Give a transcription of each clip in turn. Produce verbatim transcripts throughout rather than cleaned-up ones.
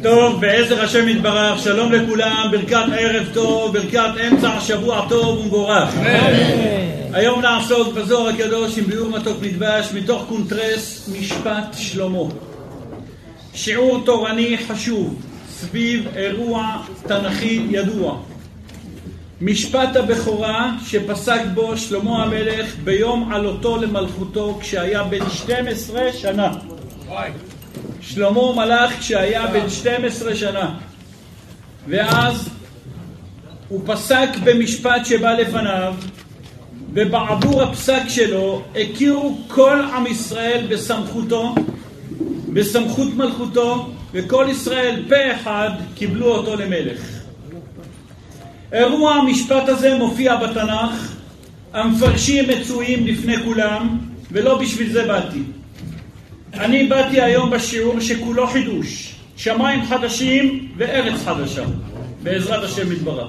טוב, בעזר השם יתברך, שלום לכולם, ברכת ערב טוב, ברכת אמצע שבוע טוב ומבורך. היום נעסוק בזוהר הקדוש עם ביאור מתוק מדבש מתוך קונטרס משפט שלמה. שיעור תורני חשוב סביב אירוע תנכי ידוע. משפט הבכורה שפסק בו שלמה המלך ביום עלותו למלכותו כשהיה בן שתים עשרה שנה. שלמה מלך כשהיה בן שתים עשרה שנה, ואז הוא פסק במשפט שבא לפניו, ובעבור הפסק שלו הכירו כל עם ישראל בסמכותו, בסמכות מלכותו, וכל ישראל פה אחד קיבלו אותו למלך. אירוע המשפט הזה מופיע בתנ"ך, המפרשים מצויים לפני כולם, ולא בשביל זה באתי. אני באתי היום בשיעור שכולו חידוש, שמיים חדשים וארץ חדשה, בעזרת השם יתברך.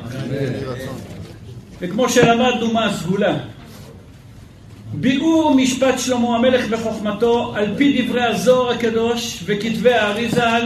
וכמו שלמדנו מה הסגולה, ביאור משפט שלמה המלך בחוכמתו על פי דברי הזוהר הקדוש וכתבי האריז"ל,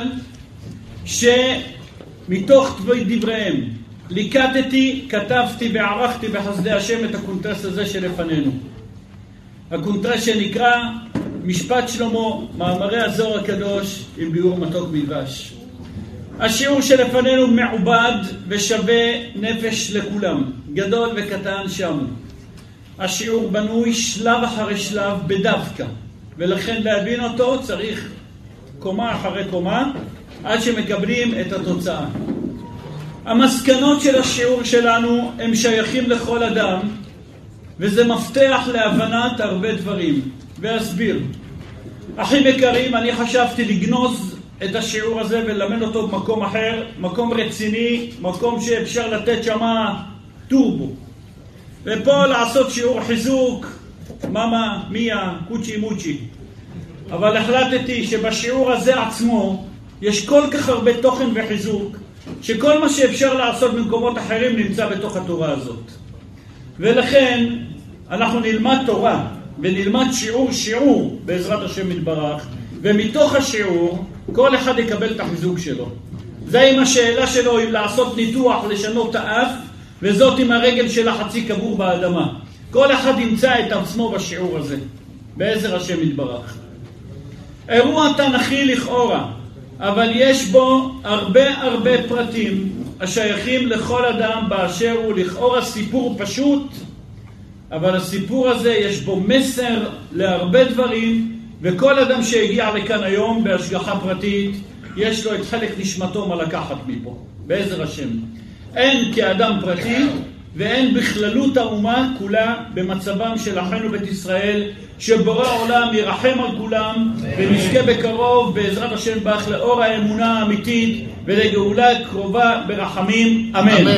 שמתוך דבריהם ליקטתי, כתבתי וערכתי בחסדי השם את הקונטרס הזה שלפנינו. הקונטרס שנקרא משפט שלמה, מאמרי הזוהר הקדוש עם ביאור מתוק מדבש. השיעור שלפנינו מעובד ושווה נפש לכולם, גדול וקטן שם. השיעור בנוי שלב אחרי שלב בדווקא, ולכן להבין אותו צריך קומה אחרי קומה עד שמקבלים את התוצאה. המסקנות של השיעור שלנו הם שייכים לכל אדם, וזה מפתח להבנת הרבה דברים. ואסביר. אחים יקרים, אני חשבתי לגנוז את השיעור הזה וללמד אותו במקום אחר, מקום רציני, מקום שאפשר לתת שמה טורבו. ופה לעשות שיעור חיזוק, מאמה, מיה, קוצ'י מוצ'י. אבל החלטתי שבשיעור הזה עצמו יש כל כך הרבה תוכן וחיזוק, שכל מה שאפשר לעשות במקומות אחרים נמצא בתוך התורה הזאת. ולכן אנחנו נלמד תורה ונלמד שיעור שיעור בעזרת השם יתברך, ומתוך השיעור כל אחד יקבל את החיזוק שלו. זה עם השאלה שלו אם לעשות ניתוח לשנות האף, וזאת עם הרגל של החצי קבור באדמה. כל אחד ימצא את עצמו בשיעור הזה בעזר השם יתברך. אירוע תנכי לכאורה, אבל יש בו הרבה הרבה פרטים השייכים לכל אדם באשר הוא. לכאורה סיפור פשוט, אבל הסיפור הזה יש בו מסר להרבה דברים, וכל אדם שהגיע לכאן היום בהשגחה פרטית יש לו את חלק נשמתו מה לקחת מפה בעזר השם. אין כאדם פרטי ואין בכללות האומה כולה במצבם של אחינו בית ישראל, שבורא העולם ירחם על כולם ונזכה בקרוב בעזרת השם בך לאור האמונה האמיתית ולגאולה קרובה ברחמים, אמן, אמן.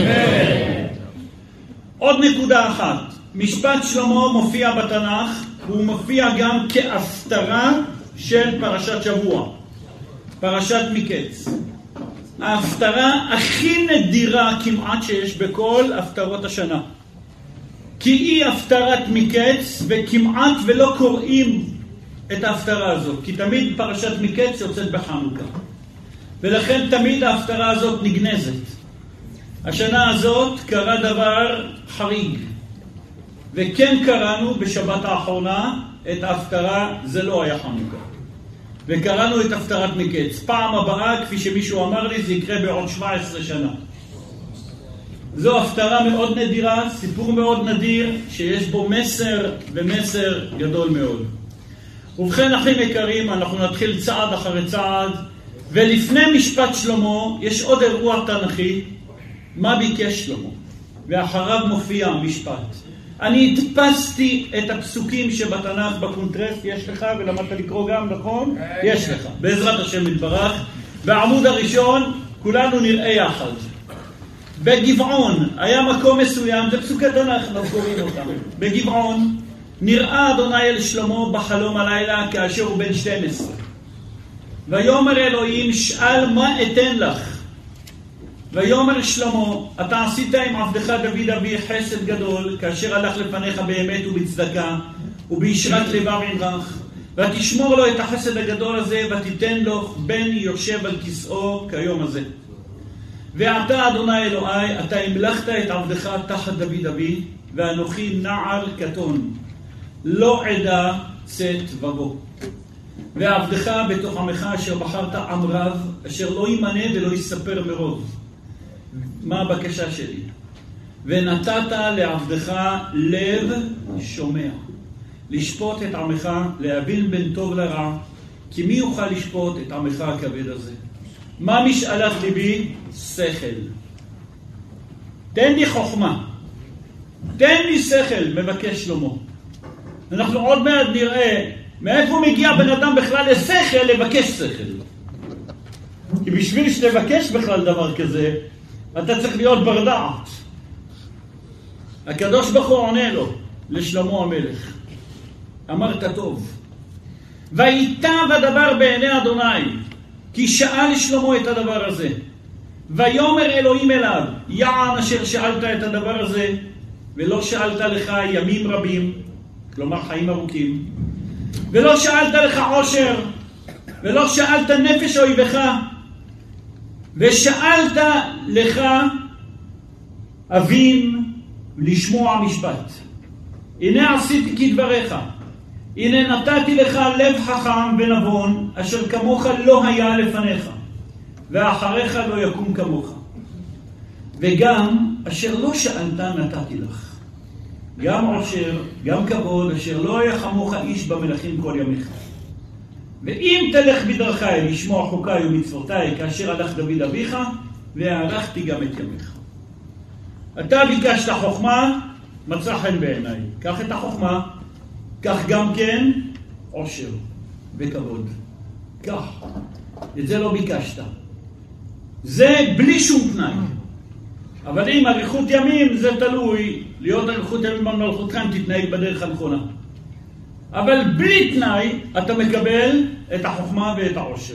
עוד נקודה אחת, משפט שלמה מופיע בתנ"ך, והוא מופיע גם כהפטרה של פרשת שבוע, פרשת מקץ. ההפטרה הכי נדירה כמעט שיש בכל הפטרות השנה, כי היא הפטרת מקץ, וכמעט ולא קוראים את ההפטרה הזאת, כי תמיד פרשת מקץ יוצאת בחנוכה, ולכן תמיד ההפטרה הזאת נגנזת. השנה הזאת קרה דבר חריג, וכן קראנו בשבת האחרונה את ההפטרה, זה לא היה חנוכה, וקראנו את הפטרת מקץ. פעם הבאה, כפי שמישהו אמר לי, זה יקרה בעוד שבע עשרה שנה. זו הפטרה מאוד נדירה, סיפור מאוד נדיר, שיש בו מסר ומסר גדול מאוד. ובכן אחים יקרים, אנחנו נתחיל צעד אחרי צעד, ולפני משפט שלמה יש עוד אירוע תנכי, מה ביקש שלמה, ואחריו מופיע משפט. אני הדפסתי את הפסוקים שבתנ"ך בקונטרס, יש לך, ולמדת לקרוא גם, נכון? יש לך, בעזרת השם יתברך. בעמוד הראשון כולנו נראה יחד. בגבעון היה מקום מסוים, זה פסוקי תנ"ך, לא קוראים אותם. בגבעון נראה אדוני אל שלמה בחלום הלילה כאשר הוא בן שתים עשרה. ויאמר אלוהים, שאל מה אתן לך? ויאמר שלמה, אתה עשית עם עבדך דוד אבי חסד גדול, כאשר הלך לפניך באמת ובצדקה, ובישרת לבב עמך, ותשמור לו את החסד הגדול הזה, ותיתן לו בן יושב על כיסאו כיום הזה. ואתה אדוני אלוהי, אתה המלכת את עבדך תחת דוד אבי, ואנוכי נער קטון, לא עדה צאת ובוא. ועבדך בתוך עמך אשר בחרת עם רב, אשר לא יימנה ולא יספר מרוב. מה הבקשה שלי? ונתת לעבדך לב שומע, לשפוט את עמך, להבין בין טוב לרע, כי מי יוכל לשפוט את עמך הכבד הזה? מה משאלת ליבי? שכל. תן לי חוכמה, תן לי שכל, מבקש שלמה. אנחנו עוד מעט נראה מאיפה מגיע בן אדם בכלל לשכל, לבקש שכל. כי בשביל שתבקש בכלל דבר כזה, אתה צריך להיות בר דעת. הקדוש ברוך הוא עונה לו, לשלמה המלך. אמרת טוב. ויטב הדבר בעיני אדוני, כי שאל שלמה את הדבר הזה. ויאמר אלוהים אליו, יען אשר שאלת את הדבר הזה, ולא שאלת לך ימים רבים, כלומר חיים ארוכים, ולא שאלת לך עושר, ולא שאלת נפש אויבך, ושאלת לך אבין לשמוע משפט. הנה עשיתי כדבריך, הנה נתתי לך לב חכם ונבון, אשר כמוך לא היה לפניך, ואחריך לא יקום כמוך. וגם אשר לא שאלת נתתי לך, גם עושר, גם כבוד, אשר לא היה כמוך איש במלכים כל ימיך. ואם תלך בדרכי לשמוע חוקיי ומצוותיי, כאשר הלך דוד אביך, והארכתי גם את ימיך. אתה ביקשת חוכמה, מצא חן בעיניי. קח את החוכמה, קח גם כן עושר וכבוד. קח. את זה לא ביקשת. זה בלי שום תנאי. אבל אם אריכות ימים זה תלוי, להיות אריכות ימים במלכותכם תתנהג בדרך הנכונה. אבל בלי תנאי אתה מקבל את החוכמה ואת העושר.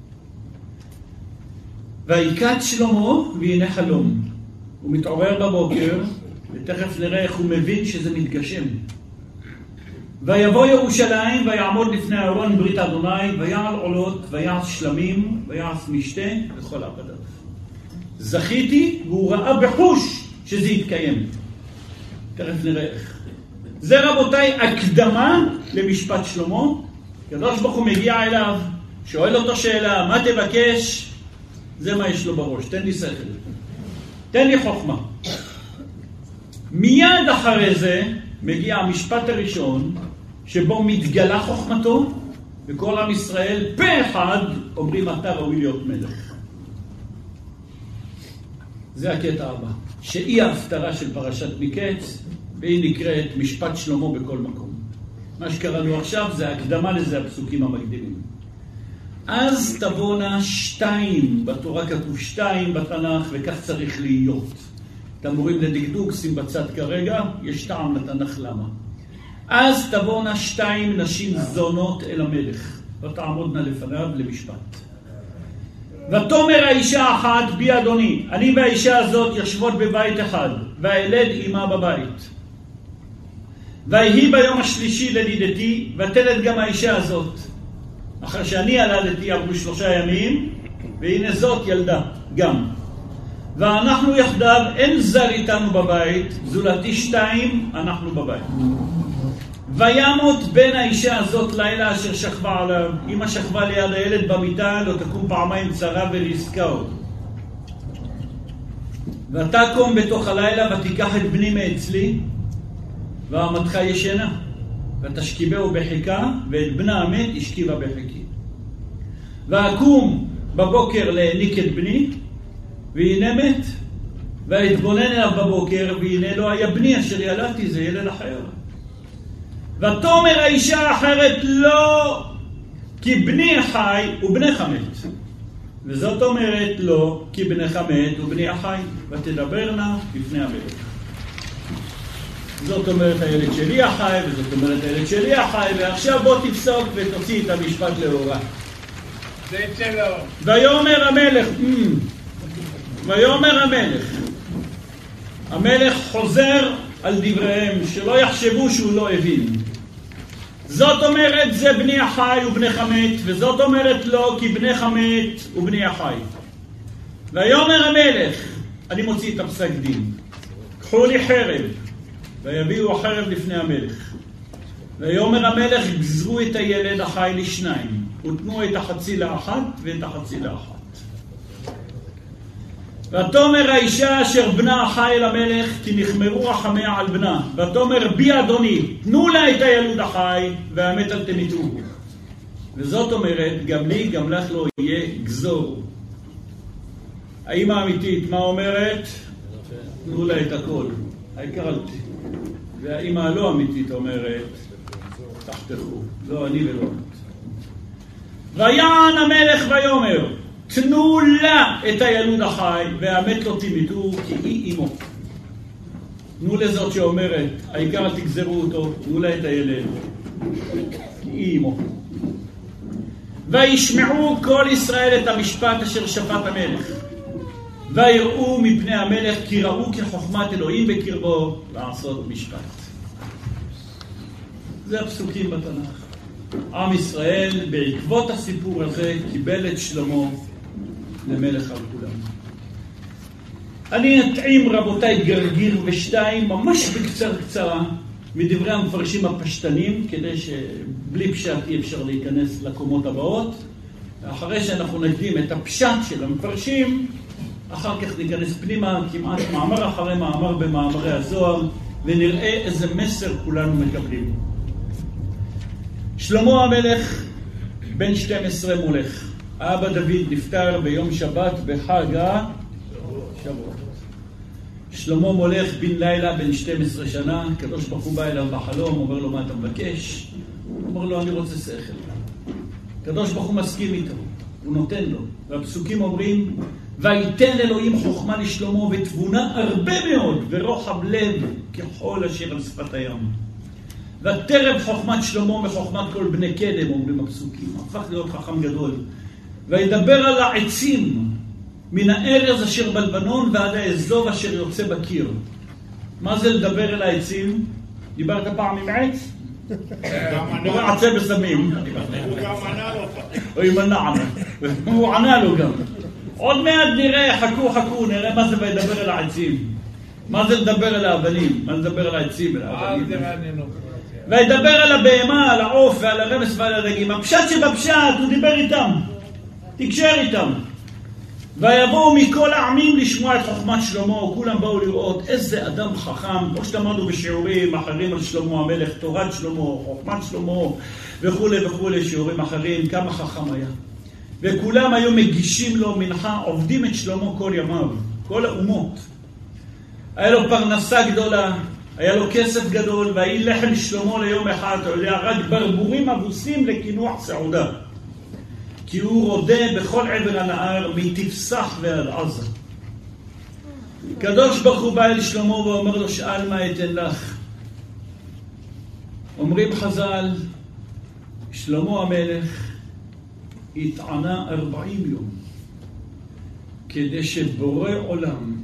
ויקד שלמה והנה חלום. הוא מתעורר בבוקר, ותכף נראה איך הוא מבין שזה מתגשם. ויבוא ירושלים ויעמוד לפני אהרון ברית אדוני, ויעל עולות, ויעש שלמים, ויעש משתה וכל עבדיו. זכיתי, והוא ראה בחוש שזה יתקיים. תכף נראה איך. זה רבותיי הקדמה למשפט שלמה. הקדוש ברוך הוא מגיע אליו, שואל אותו שאלה, מה תבקש? זה מה יש לו בראש, תן לי שכל, תן לי חוכמה. מיד אחרי זה מגיע המשפט הראשון, שבו מתגלה חוכמתו, וכל עם ישראל פה אחד אומרים אתה ראוי להיות מלך. זה הקטע הבא, שהיא ההפטרה של פרשת מקץ, והיא נקראת משפט שלמה בכל מקום. מה שקראנו עכשיו זה הקדמה לזה, הפסוקים המקדימים. אז תבונה שתיים, בתורה כתוב שתיים בתנ"ך, וכך צריך להיות. תמורים לדקדוק, שים בצד כרגע, יש טעם לתנ"ך למה. אז תבונה שתיים נשים זונות אל המלך, ותעמודנה לפניו למשפט. ותאמר האישה אחת בי אדוני, אני והאישה הזאת יושבות בבית אחד, והילד עמה בבית. ויהי ביום השלישי ללידתי, ותלד גם האישה הזאת. אחרי שאני ילדתי עברו שלושה ימים, והנה זאת ילדה גם. ואנחנו יחדיו, אין זר איתנו בבית, זולתי שתיים, אנחנו בבית. וימות בן האישה הזאת לילה אשר שכבה עליו, אמא שכבה ליד הילד במיטה, לא תקום פעמיים צרה ולזכה עוד. ותקום בתוך הלילה ותיקח את בני מאצלי, ועמתך ישנה, ותשכיבהו בחיקה, ואת בנה המת השכיבה בחיקי. ואקום בבוקר להניק את בני, והנה מת. ואתבונן אליו בבוקר, והנה לא היה בני אשר ילדתי, זה ילד אחר. ותאמר האישה האחרת לא, כי בני חי ובנך מת. וזאת אומרת לא, כי בנך מת ובני החי, ותדברנה בפני המלך. זאת אומרת הילד שלי החי, וזאת אומרת הילד שלי החי, ועכשיו בוא תפסוק ותוציא את המשפט לאורה. זה אצלו. ויאמר המלך, ויאמר המלך, המלך חוזר על דבריהם, שלא יחשבו שהוא לא הבין. זאת אומרת זה בני החי ובני חמת, וזאת אומרת לא כי בני חמת ובני החי. ויאמר המלך, אני מוציא את הפסק דין, קחו לי חרב, ויביאו החרב לפני המלך. ויאמר המלך, גזרו את הילד החי לשניים, ותנו את החצי לאחת ואת החצי לאחת. ותאמר האישה אשר בנה החי אל המלך, כי נחמרו רחמיה על בנה. ותאמר בי אדוני, תנו לה את הילוד החי, והמת אל תמיתו. וזאת אומרת, גם לי, גם לך לא יהיה גזור. האמא האמיתית, מה אומרת? תנו לה את הכל. העיקר אל ת... והאמא הלא אמיתית אומרת, תחתכו. לא אני ולא את. ויען המלך ויאמר, תנו לה את הילוד החי, והמת לא תמיתו, כי היא אמו. תנו לזאת שאומרת, העיקר אל תגזרו אותו, תנו לה את הילד, כי היא אמו. וישמעו כל ישראל את המשפט אשר שפט המלך. ויראו מפני המלך, כי ראו כחוכמת אלוהים בקרבו לעשות משפט. זה הפסוקים בתנ"ך. עם ישראל בעקבות הסיפור הזה קיבל את שלמה למלך על כולם. אני אטעים רבותיי גרגיר ושתיים ממש בקצר קצרה מדברי המפרשים הפשטנים, כדי שבלי פשט אי אפשר להיכנס לקומות הבאות. אחרי שאנחנו נקדים את הפשט של המפרשים, אחר כך ניכנס פנימה כמעט מאמר אחרי מאמר במאמרי הזוהר, ונראה איזה מסר כולנו מקבלים. שלמה המלך בן שתים עשרה מולך. אבא דוד נפטר ביום שבת בחג השבועות. שלמה מולך בן לילה בן שתים עשרה שנה, הקדוש ברוך הוא בא אליו בחלום, אומר לו מה אתה מבקש? הוא אומר לו אני רוצה שכל. הקדוש ברוך הוא מסכים איתו, הוא נותן לו. והפסוקים אומרים, ויתן אלוהים חוכמה לשלמה ותבונה הרבה מאוד ורוחב לב ככל אשר על שפת הים. ותרב חוכמת שלמה מחוכמת כל בני קדם, אומרים הפסוקים. הפך להיות חכם גדול. וידבר על העצים מן הארז אשר בלבנון ועד האזוב אשר יוצא בקיר. מה זה לדבר על העצים? דיברת פעם עם עץ? הוא עצה בסמים. הוא גם ענה לו. הוא ימנע. הוא ענה לו גם. עוד מעט נראה, חכו חכו, נראה מה זה וידבר על העצים. מה זה לדבר על האבנים? מה זה לדבר על העצים? וידבר על הבהמה, על העוף ועל הרמס ועל הדגים. הפשט שבפשט, הוא דיבר איתם. תקשר איתם. ויבואו מכל העמים לשמוע את חוכמת שלמה, כולם באו לראות איזה אדם חכם, כמו שתמדנו בשיעורים אחרים על שלמה המלך, תורת שלמה, חוכמת שלמה וכו' וכו', שיעורים אחרים, כמה חכם היה. וכולם היו מגישים לו מנחה, עובדים את שלמה כל ימיו, כל האומות. היה לו פרנסה גדולה, היה לו כסף גדול, והיא לחם שלמה ליום אחד, אתה יודע, רק ברבורים אבוסים לקינוח סעודה. כי הוא רודה בכל עבר הנהר, מתפסח ועד עזה. קדוש ברוך הוא בא אל שלמה ואומר לו, שאל מה אתן לך. אומרים חז"ל, שלמה המלך התענה ארבעים יום, כדי שבורא עולם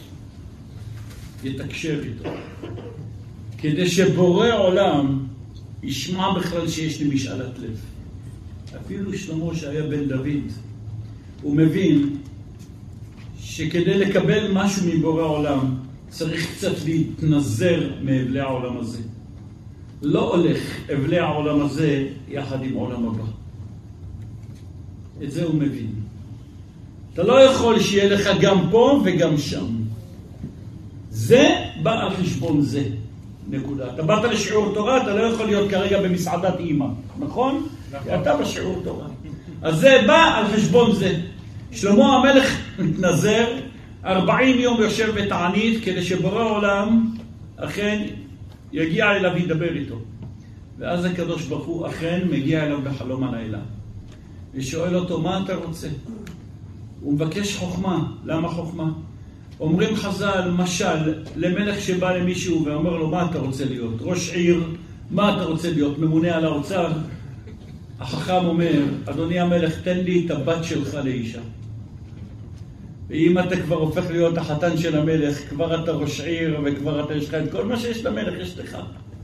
יתקשר איתו. כדי שבורא עולם ישמע בכלל שיש לי משאלת לב. אפילו שלמה שהיה בן דוד, הוא מבין שכדי לקבל משהו מבורא עולם, צריך קצת להתנזר מאבלי העולם הזה. לא הולך אבלי העולם הזה יחד עם עולם הבא. את זה הוא מבין. אתה לא יכול שיהיה לך גם פה וגם שם. זה בא על חשבון זה. נקודה. אתה באת לשיעור תורה, אתה לא יכול להיות כרגע במסעדת אימא. נכון? כי אתה בשיעור תורה. אז זה בא על חשבון זה. שלמה המלך מתנזר, ארבעים יום יושב בתענית, כדי שבורא עולם אכן יגיע אליו וידבר איתו. ואז הקדוש ברוך הוא אכן מגיע אליו בחלום הלילה. ושואל אותו, מה אתה רוצה? הוא מבקש חוכמה. למה חוכמה? אומרים חז"ל, משל, למלך שבא למישהו ואומר לו, מה אתה רוצה להיות? ראש עיר, מה אתה רוצה להיות? ממונה על האוצר? החכם אומר, אדוני המלך, תן לי את הבת שלך לאישה. ואם אתה כבר הופך להיות החתן של המלך, כבר אתה ראש עיר וכבר אתה יש לך את כל מה שיש למלך, יש לך.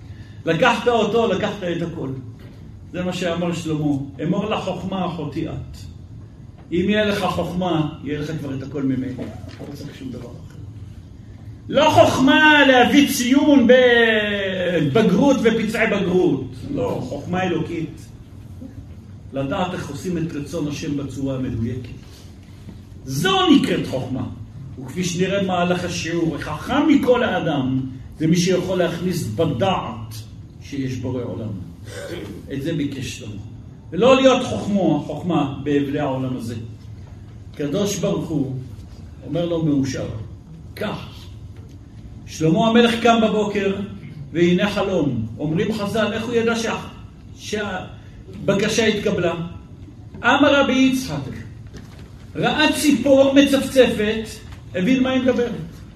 לקחת אותו, לקחת את הכל. זה מה שאמר שלמה. אמור לחוכמה אחותי את. אם יהיה לך חוכמה, יהיה לך כבר את הכל ממני. לא צריך שום דבר אחר. לא חוכמה להביא ציון בבגרות ופצעי בגרות. לא, חוכמה אלוקית. לדעת איך עושים את רצון השם בצורה המדויקת. זו נקראת חוכמה. וכפי שנראה מהלך השיעור, החכם מכל האדם, זה מי שיכול להכניס בדעת שיש בורא עולם. את זה ביקש שלמה. ולא להיות חוכמה, חוכמה באבלי העולם הזה. קדוש ברוך הוא אומר לו מאושר. כך. שלמה המלך קם בבוקר והנה חלום. אומרים חז"ל, איך הוא ידע שה... שהבקשה התקבלה? אמר רבי יצחק, ראה ציפור מצפצפת, הבין מה היא מדברת.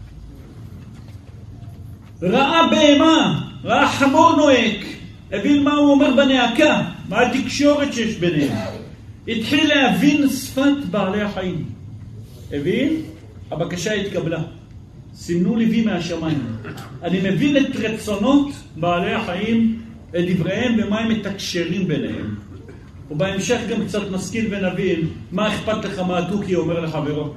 ראה בהמה, ראה חמור נועק, הבין מה הוא אומר בנעקה, מה התקשורת שיש ביניהם. התחיל להבין שפת בעלי החיים. הבין? הבקשה התקבלה. סימנו ליבי מהשמיים. אני מבין את רצונות בעלי החיים, את דבריהם ומה הם מתקשרים ביניהם. ובהמשך גם קצת נשכיל ונבין מה אכפת לך מה התוכי אומר לחברו.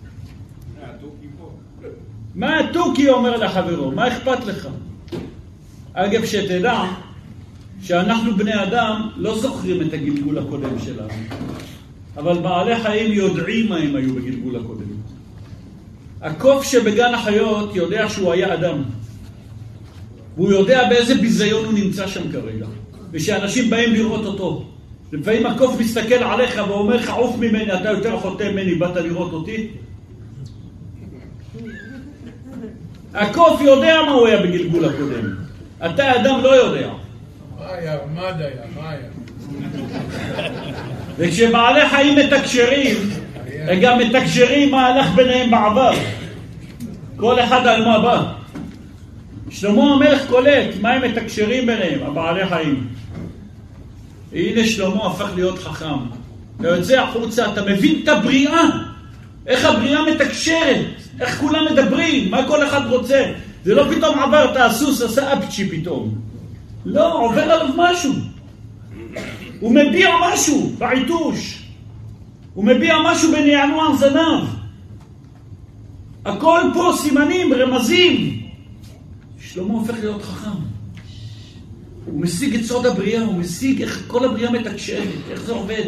מה התוכי אומר לחברו? מה אכפת לך? אגב, שתדע שאנחנו בני אדם לא זוכרים את הגלגול הקודם שלנו. אבל בעלי חיים יודעים מה הם היו בגלגול הקודם. הקוף שבגן החיות יודע שהוא היה אדם. והוא יודע באיזה ביזיון הוא נמצא שם כרגע. ושאנשים באים לראות אותו. לפעמים הקוף מסתכל עליך ואומר לך, עוף ממני, אתה יותר חוטא ממני, באת לראות אותי. הקוף יודע מה הוא היה בגלגול הקודם. אתה אדם לא יודע. מה היה? מה היה? מה היה? וכשבעלי חיים מתקשרים, הם גם מתקשרים מה הלך ביניהם בעבר. כל אחד על מה בא. שלמה המלך קולט מה הם מתקשרים ביניהם, הבעלי חיים. הנה שלמה הפך להיות חכם. אתה יוצא החוצה, אתה מבין את הבריאה. איך הבריאה מתקשרת. איך כולם מדברים, מה כל אחד רוצה. זה לא פתאום עבר את הסוס, עשה אפצ'י פתאום. לא, עובר עליו משהו. הוא מביע משהו בעיתוש. הוא מביע משהו בנענוע זנב. הכל פה סימנים, רמזים. שלמה הופך להיות חכם. הוא משיג את סוד הבריאה, הוא משיג איך כל הבריאה מתקשרת, איך זה עובד.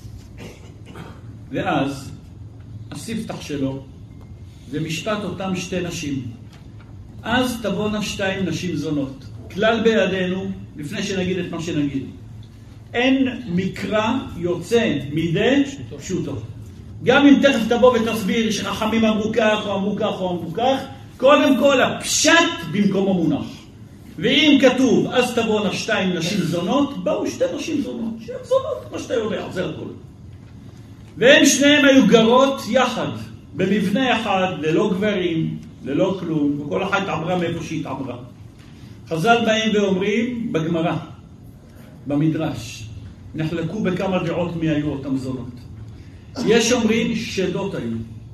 ואז, הספתח שלו, זה משפט אותם שתי נשים. אז תבואנה שתיים נשים זונות. כלל בידינו, לפני שנגיד את מה שנגיד. אין מקרא יוצא מידי פשוטו. גם אם תכף תבוא ותסביר שחכמים אמרו כך או אמרו כך או אמרו כך, קודם כל הפשט במקומו מונח. ואם כתוב, אז תבואנה שתיים נשים זונות, באו שתי נשים זונות, שהן זונות, מה שאתה יודע, זה הכל. והם שניהם היו גרות יחד, במבנה אחד, ללא גברים, ללא כלום, וכל אחת עברה מאיפה שהיא התעברה. חז"ל באים ואומרים, בגמרא, במדרש, נחלקו בכמה דעות מי היו אותם זונות. יש אומרים שדות היו.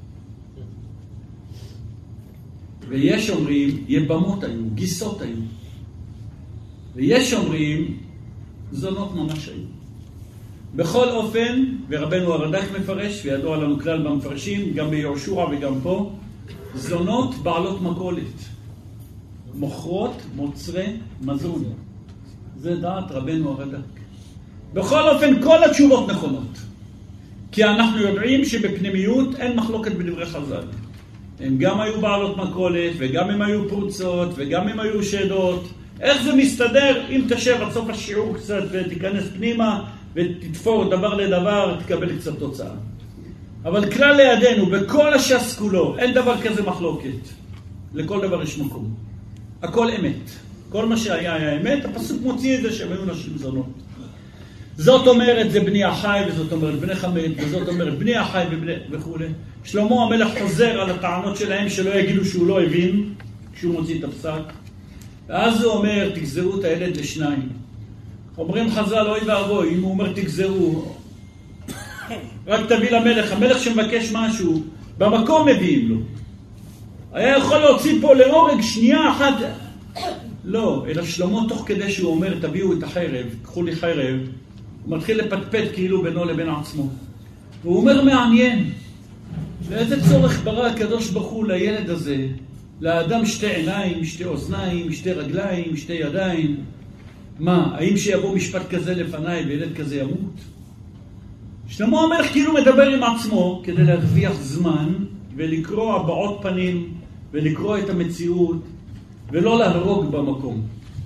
ויש אומרים יבמות היו, גיסות היו. ויש אומרים זונות ממש היו. בכל אופן, ורבנו הרד"ק מפרש, וידוע לנו כלל במפרשים, גם ביהושע וגם פה, זונות בעלות מכולת. מוכרות מוצרי מזון. זה דעת רבנו הרד"ק. בכל אופן, כל התשובות נכונות. כי אנחנו יודעים שבפנימיות אין מחלוקת בדברי חז"ל. הם גם היו בעלות מכולת, וגם הם היו פרוצות, וגם הם היו שדות. איך זה מסתדר? אם תשב עד סוף השיעור קצת ותיכנס פנימה, ותתפור דבר לדבר, תקבל קצת תוצאה. אבל כלל לידינו, בכל הש"ס כולו, אין דבר כזה מחלוקת. לכל דבר יש מקום. הכל אמת. כל מה שהיה היה אמת, הפסוק מוציא את זה שהם היו נשים זונות. זאת אומרת, זה בני החי, וזאת אומרת בני חמד, וזאת אומרת בני החי וכו'. שלמה המלך חוזר על הטענות שלהם שלא יגידו שהוא לא הבין, כשהוא מוציא את הפסק. ואז הוא אומר, תגזרו את הילד לשניים. אומרים חז"ל, אוי ואבוי, אם הוא אומר תגזרו, רק תביא למלך. המלך שמבקש משהו, במקום מביאים לו. היה יכול להוציא פה להורג שנייה אחת, לא, אלא שלמה תוך כדי שהוא אומר, תביאו את החרב, קחו לי חרב, הוא מתחיל לפטפט כאילו בינו לבין עצמו. והוא אומר מעניין, ואיזה צורך ברא הקדוש ברוך הוא לילד הזה, לאדם שתי עיניים, שתי אוזניים, שתי רגליים, שתי ידיים. מה, האם שיבוא משפט כזה לפניי וילד כזה ימות? שלמה המלך כאילו מדבר עם עצמו כדי להרוויח זמן ולקרוא הבעות פנים ולקרוא את המציאות ולא להרוג במקום.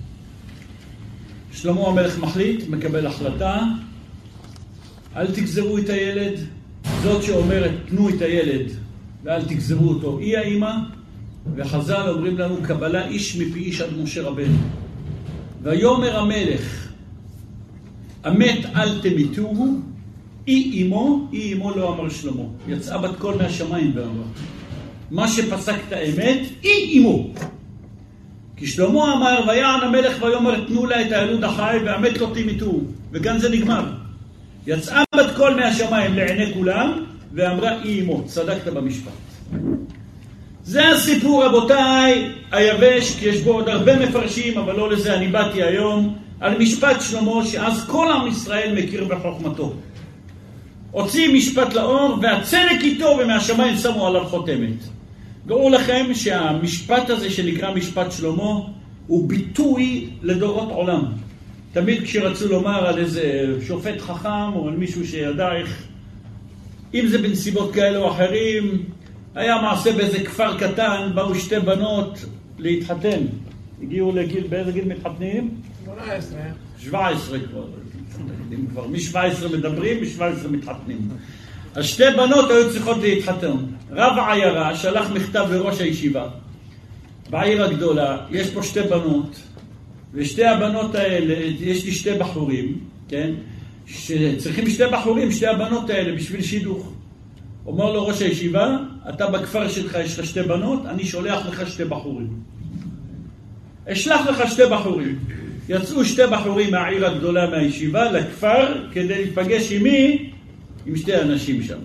שלמה המלך מחליט, מקבל החלטה, אל תגזרו את הילד, זאת שאומרת תנו את הילד ואל תגזרו אותו, היא האמא, וחז"ל אומרים לנו קבלה איש מפי איש עד משה רבנו. ויאמר המלך, המת אל תמיתוהו, אי אמו, אי אמו לא אמר שלמה. יצאה בת קול מהשמיים ואמרה, מה שפסקת אמת, אי אמו. כי שלמה אמר, ויען המלך ויאמר תנו לה את הילוד החי, והמת לא תמיתוהו. וכאן זה נגמר. יצאה בת קול מהשמיים לעיני כולם, ואמרה אי אמו. צדקת במשפט. זה הסיפור, רבותיי, היבש, כי יש בו עוד הרבה מפרשים, אבל לא לזה אני באתי היום, על משפט שלמה, שאז כל עם ישראל מכיר בחוכמתו. הוציא משפט לאור, והצדק איתו, ומהשמיים שמו עליו חותמת. דעו לכם שהמשפט הזה שנקרא משפט שלמה, הוא ביטוי לדורות עולם. תמיד כשרצו לומר על איזה שופט חכם, או על מישהו שידע איך, אם זה בנסיבות כאלה או אחרים, היה מעשה באיזה כפר קטן, באו שתי בנות להתחתן. הגיעו לגיל, באיזה גיל מתחתנים? שמונה עשרה. שבע עשרה כבר. כבר מ-שבע עשרה מדברים, מ-שבע עשרה מתחתנים. אז שתי בנות היו צריכות להתחתן. רב העיירה שלח מכתב לראש הישיבה. בעיר הגדולה, יש פה שתי בנות, ושתי הבנות האלה, יש לי שתי בחורים, כן? שצריכים שתי בחורים, שתי הבנות האלה, בשביל שידוך. אומר לו ראש הישיבה, אתה בכפר שלך יש לך שתי בנות, אני שולח לך שתי בחורים. אשלח לך שתי בחורים. יצאו שתי בחורים מהעיר הגדולה מהישיבה לכפר, כדי להיפגש עם מי? עם שתי אנשים שם.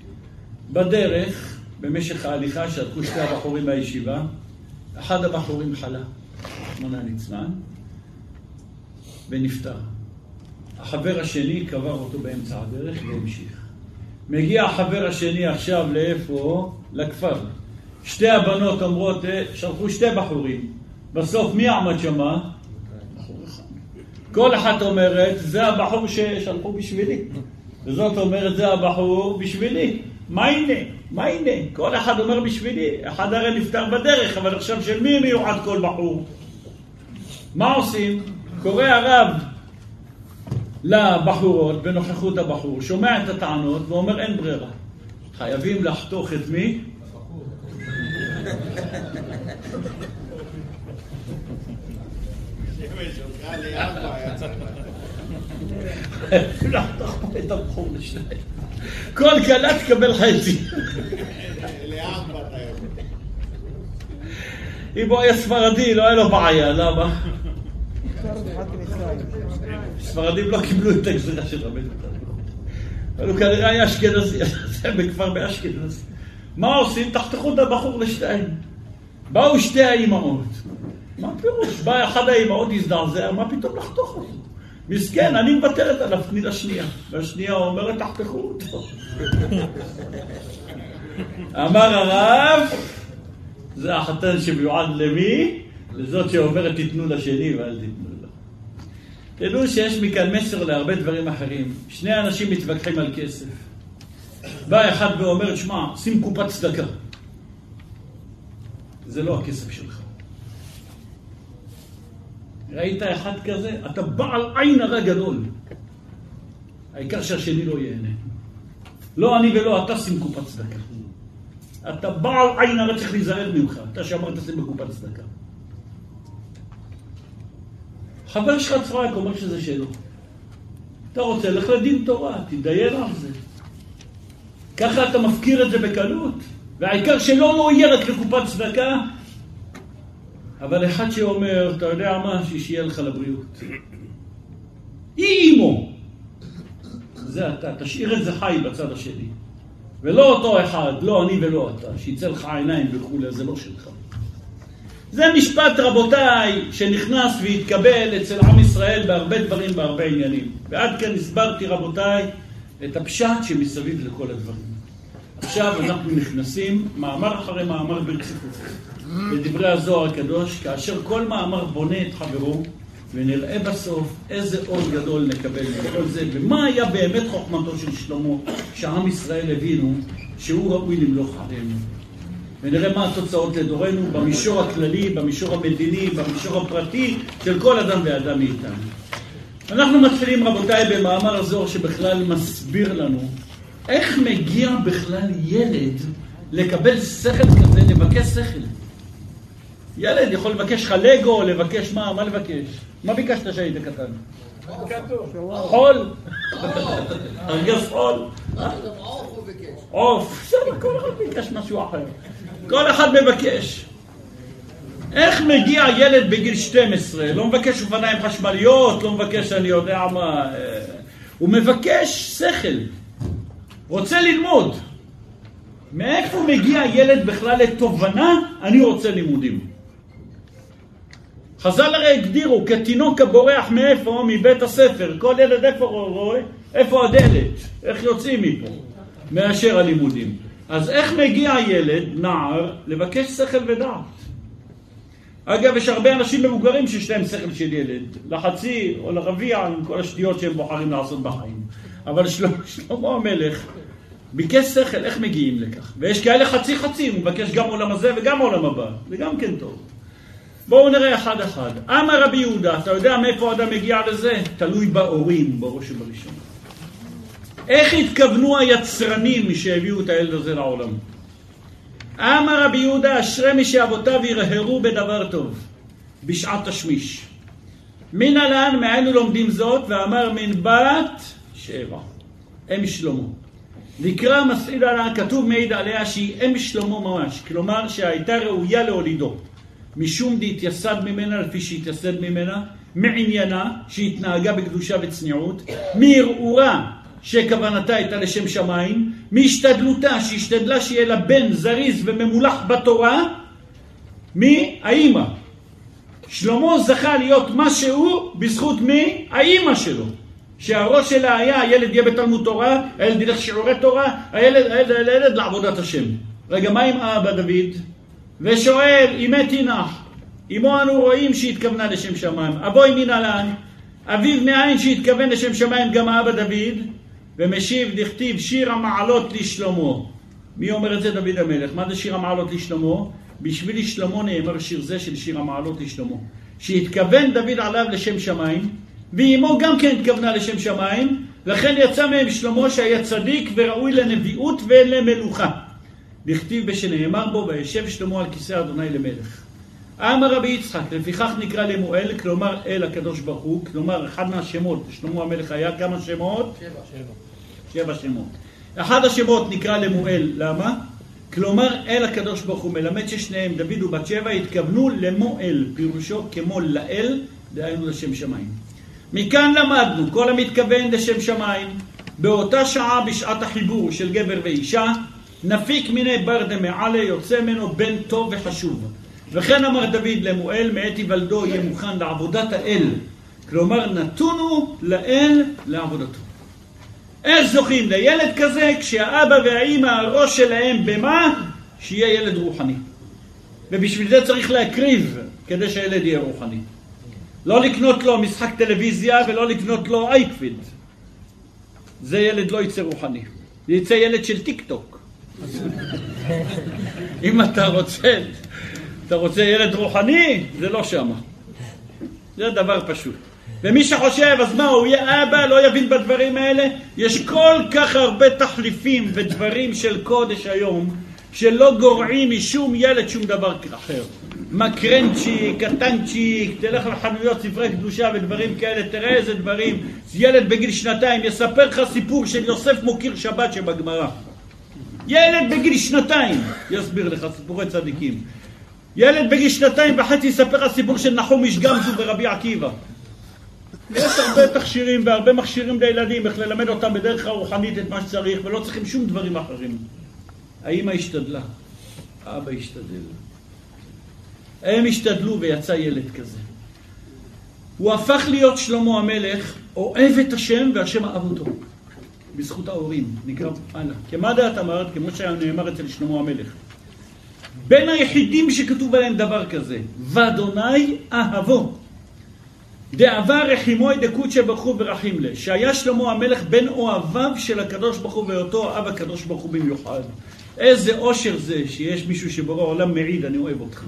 בדרך, במשך ההליכה שהלכו שתי הבחורים מהישיבה, אחד הבחורים חלה, מנה ליצמן, ונפטר. החבר השני קבר אותו באמצע הדרך והמשיך. מגיע החבר השני עכשיו לאיפה? לכפר. שתי הבנות אומרות, שלחו שתי בחורים. בסוף מי עמד שמה? בחור אחד. כל אחת אומרת, זה הבחור ששלחו בשבילי. וזאת אומרת, זה הבחור בשבילי. מה הנה? מה הנה? כל אחד אומר בשבילי. אחד הרי נפטר בדרך, אבל עכשיו של מי מיוחד כל בחור? מה עושים? קורא הרב לבחורות בנוכחות הבחור, שומע את הטענות ואומר אין ברירה. חייבים לחתוך את מי? לחתוך את הבחור לשניים. כל כלה תקבל חצי. אם הוא היה ספרדי לא היה לו בעיה, למה? ספרדים לא קיבלו את הגזירה של רבנו. אבל הוא כנראה היה אשכנזי, זה בכפר באשכנזי. מה עושים? תחתכו את הבחור לשתיים. באו שתי האימהות. מה פירוש? בא אחד האימהות הזדעזע, מה פתאום לחתוך אותו? מסכן, אני מוותרת עליו, תני לשנייה. והשנייה אומרת, תחתכו אותו. אמר הרב, זה החתן שמיועד למי? לזאת שאומרת, תיתנו לשני ואל תיתנו לה. תדעו שיש מכאן מסר להרבה דברים אחרים. שני אנשים מתווכחים על כסף. בא אחד ואומר, שמע, שים קופת צדקה. זה לא הכסף שלך. ראית אחד כזה? אתה בעל עין הרע גדול. העיקר שהשני לא ייהנה. לא אני ולא אתה שים קופת צדקה. אתה בעל עין הרע, צריך להיזהר ממך. אתה שאמרת שים בקופת צדקה. חבר שלך צחק אומר שזה שלו. אתה רוצה, לך לדין תורה, תתדיין על זה. ככה אתה מפקיר את זה בקלות. והעיקר שלא לא יהיה רק לקופת צדקה. אבל אחד שאומר, אתה יודע מה, שיהיה לך לבריאות. היא אימו. זה אתה, תשאיר את זה חי בצד השני. ולא אותו אחד, לא אני ולא אתה, שיצא לך עיניים וכו', זה לא שלך. זה משפט רבותיי שנכנס והתקבל אצל עם ישראל בהרבה דברים, בהרבה עניינים. ועד כאן הסברתי רבותיי את הפשט שמסביב לכל הדברים. עכשיו אנחנו נכנסים מאמר אחרי מאמר ברציפות לדברי הזוהר הקדוש, כאשר כל מאמר בונה את חברו, ונראה בסוף איזה אור גדול נקבל מכל זה, ומה היה באמת חוכמתו של שלמה שעם ישראל הבינו שהוא ראוי למלוך עלינו. ונראה מה התוצאות לדורנו במישור הכללי, במישור המדיני, במישור הפרטי של כל אדם ואדם מאיתנו. אנחנו מתחילים רבותיי במאמר הזוהר שבכלל מסביר לנו איך מגיע בכלל ילד לקבל שכל כזה, לבקש שכל. ילד יכול לבקש לך לגו, לבקש מה? מה לבקש? מה ביקשת שהיית קטן? חול? ארגז חול? עוף. כל אחד ביקש משהו אחר. כל אחד מבקש. איך מגיע ילד בגיל שתים עשרה? לא מבקש אופניים חשמליות, לא מבקש אני יודע מה. הוא מבקש שכל. רוצה ללמוד. מאיפה מגיע ילד בכלל לתובנה? אני רוצה לימודים. חז"ל הרי הגדירו כתינוק הבורח מאיפה? מבית הספר. כל ילד איפה רואה? איפה הדלת? איך יוצאים מפה? מאשר הלימודים. אז איך מגיע ילד, נער, לבקש שכל ודעת? אגב, יש הרבה אנשים מבוגרים שיש להם שכל של ילד, לחצי או לרביע עם כל השטויות שהם בוחרים לעשות בחיים. אבל שלמה, שלמה המלך ביקש שכל, איך מגיעים לכך? ויש כאלה חצי חצי, הוא מבקש גם עולם הזה וגם עולם הבא. זה גם כן טוב. בואו נראה אחד אחד. אמר רבי יהודה, אתה יודע מאיפה האדם מגיע לזה? תלוי בהורים, בראש ובראשון. איך התכוונו היצרנים שהביאו את הילד הזה לעולם? אמר רבי יהודה, אשרי מי שאבותיו ירהרו בדבר טוב, בשעת תשמיש. מן הלן, מאינו לומדים זאת? ואמר מן בת שבע, אם שלמה. נקרא מסעיד עליה, כתוב מעיד עליה שהיא אם שלמה ממש, כלומר שהייתה ראויה להולידו. משום דהתייסד ממנה לפי שהתייסד ממנה, מעניינה שהתנהגה בקדושה וצניעות, מערעורה שכוונתה הייתה לשם שמיים, מהשתדלותה שהשתדלה שיהיה לה בן זריז וממולח בתורה, מהאימא. שלמה זכה להיות משהו בזכות מי? האימא שלו. שהראש שלה היה, הילד יהיה בתלמוד תורה, הילד ילך שיעורי תורה, הילד, הילד, הילד, הילד לעבודת השם. רגע, מה עם אבא דוד? ושואל, אימי תינח, אמו אנו רואים שהתכוונה לשם שמיים. אבוי מן הלן, אביו מאין שהתכוון לשם שמיים גם אבא דוד, ומשיב דכתיב שיר המעלות לשלמה. מי אומר את זה? דוד המלך. מה זה שיר המעלות לשלמה? בשביל שלמה נאמר שיר זה של שיר המעלות לשלמה. שהתכוון דוד עליו לשם שמיים, ואמו גם כן התכוונה לשם שמיים, לכן יצא מהם שלמה שהיה צדיק וראוי לנביאות ולמלוכה. דכתיב בשנאמר בו, וישב שלמה על כיסא אדוני למלך. אמר רבי יצחק, לפיכך נקרא למואל, כלומר אל הקדוש ברוך הוא, כלומר אחד מהשמות, שלמה המלך היה כמה שמות? שבע. שבע. שבע שמות. אחד השמות נקרא למואל, למה? כלומר אל הקדוש ברוך הוא, מלמד ששניהם, דוד ובת שבע, התכוונו למואל, פירושו כמו לאל, דהיינו לשם שמיים. מכאן למדנו, כל המתכוון לשם שמיים, באותה שעה בשעת החיבור של גבר ואישה, נפיק מיני ברדה מעלה, יוצא ממנו בן טוב וחשוב. וכן אמר דוד למואל, מעת היוולדו יהיה מוכן לעבודת האל. כלומר, נתונו לאל לעבודתו. איך זוכים לילד כזה? כשהאבא והאמא, הראש שלהם במה? שיהיה ילד רוחני. ובשביל זה צריך להקריב, כדי שהילד יהיה רוחני. לא לקנות לו משחק טלוויזיה ולא לקנות לו אייפד. זה ילד לא יצא רוחני. זה יצא ילד של טיק טוק. אם אתה רוצה, אתה רוצה ילד רוחני, זה לא שמה. זה דבר פשוט. ומי שחושב, אז מה, הוא יהיה אבא, לא יבין בדברים האלה? יש כל כך הרבה תחליפים ודברים של קודש היום, שלא גורעים משום ילד שום דבר אחר. מקרנצ'יק, קטנצ'יק, תלך לחנויות ספרי קדושה ודברים כאלה, תראה איזה דברים. ילד בגיל שנתיים יספר לך סיפור של יוסף מוקיר שבת שבגמרא. ילד בגיל שנתיים יסביר לך סיפורי צדיקים. ילד בגיל שנתיים וחצי יספר לך סיפור של נחום איש גמזו ורבי עקיבא. יש הרבה תכשירים והרבה מכשירים לילדים איך ללמד אותם בדרך הרוחנית את מה שצריך, ולא צריכים שום דברים אחרים. האמא השתדלה, האבא השתדל. הם השתדלו ויצא ילד כזה. הוא הפך להיות שלמה המלך, אוהב את השם והשם אהב אותו. בזכות ההורים, נקרא הלאה. כמה דעת אמרת, כמו שנאמר אצל שלמה המלך. בין היחידים שכתוב עליהם דבר כזה, ואדוני אהבו. דאהבה רחימוי דקודשא ברוך הוא ורחים לה. שהיה שלמה המלך בין אוהביו של הקדוש ברוך הוא ואותו אהב הקדוש ברוך הוא במיוחד. איזה אושר זה שיש מישהו שבורא העולם מעיד, אני אוהב אותך.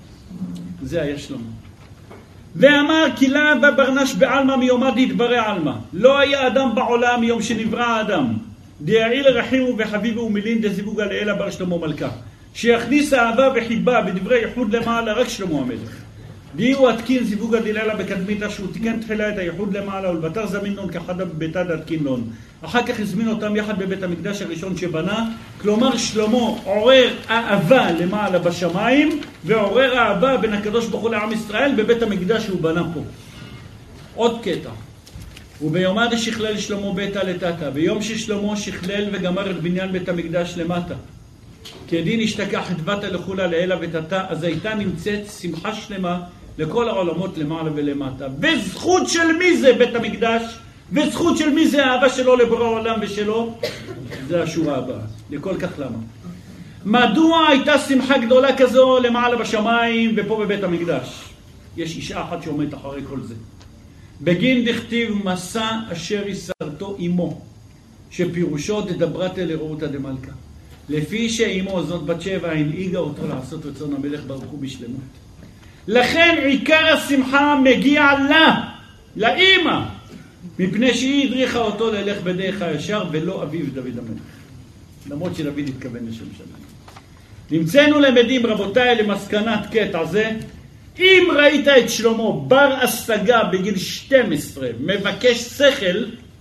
זה היה שלמה. ואמר כי לה וברנש בעלמא מיומא דתברא עלמא. לא היה אדם בעולם מיום שנברא האדם. דאעיל רחימו וחביבו ומילין דזיווגא לאלה בר שלמה מלכה. שיכניס אהבה וחיבה בדברי ייחוד למעלה רק שלמה המלך. דיהו התקין זיווגא דלילה בקדמיתא שהוא תיקן תחילה את הייחוד למעלה ולבטר זמין לון כחדה בביתה דתקין לון. אחר כך הזמין אותם יחד בבית המקדש הראשון שבנה. כלומר שלמה עורר אהבה למעלה בשמיים ועורר אהבה בין הקדוש ברוך הוא לעם ישראל בבית המקדש שהוא בנה פה. עוד קטע. וביומא דשכלל שלמה ביתה לתתא. ביום ששלמה שכלל וגמר את בניין בית המקדש למטה. כדין השתכח חדוותה לכולה לאלה ותתה, אז הייתה נמצאת שמחה שלמה לכל העולמות למעלה ולמטה. וזכות של מי זה בית המקדש? וזכות של מי זה האהבה שלו לבורא העולם ושלו? זה השורה הבאה. לכל כך למה? מדוע הייתה שמחה גדולה כזו למעלה בשמיים ופה בבית המקדש? יש אישה אחת שעומדת אחרי כל זה. בגין דכתיב מסע אשר יסרתו עמו, שפירושו דדברתא לרעותא דמלכא. לפי שאימו זאת בת שבע הנהיגה אותו לעשות רצון המלך ברוך הוא בשלמות. לכן עיקר השמחה מגיע לה, לאמא, מפני שהיא הדריכה אותו ללך בדרך הישר ולא אביו דוד המלך. למרות שדוד התכוון לשם שמיים. נמצאנו למדים רבותיי למסקנת קטע זה, אם ראית את שלמה בר השגה בגיל שתים עשרה מבקש שכל,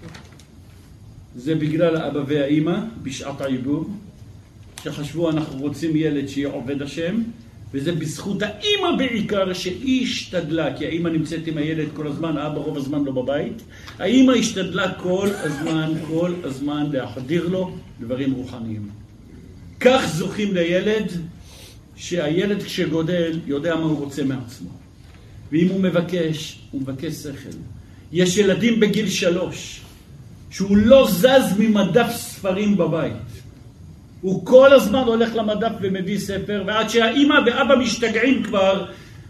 זה בגלל האבא והאמא בשעת העיבור, שחשבו אנחנו רוצים ילד שיהיה עובד השם, וזה בזכות האמא בעיקר שהיא השתדלה, כי האמא נמצאת עם הילד כל הזמן, האבא רוב הזמן לא בבית. האמא השתדלה כל הזמן, כל הזמן להחדיר לו דברים רוחניים. כך זוכים לילד, שהילד כשגודל יודע מה הוא רוצה מעצמו. ואם הוא מבקש, הוא מבקש שכל. יש ילדים בגיל שלוש, שהוא לא זז ממדף ספרים בבית. הוא כל הזמן הולך למדף ומביא ספר, ועד שהאמא ואבא משתגעים כבר,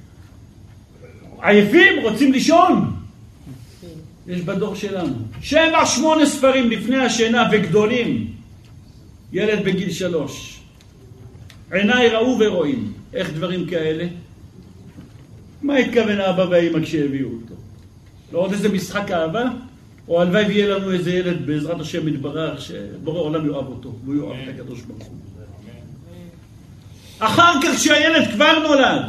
עייפים, רוצים לישון. יש בדור שלנו שבע, שמונה ספרים לפני השינה וגדולים. ילד בגיל שלוש. עיניי ראו ורואים. איך דברים כאלה? מה התכוון האבא והאמא כשהביאו אותו? לא עוד איזה משחק אהבה? או הלוואי ויהיה לנו איזה ילד בעזרת השם מתברך שבורא עולם יאהב אותו והוא יאהב את הקדוש ברוך הוא. אחר כך שהילד כבר נולד,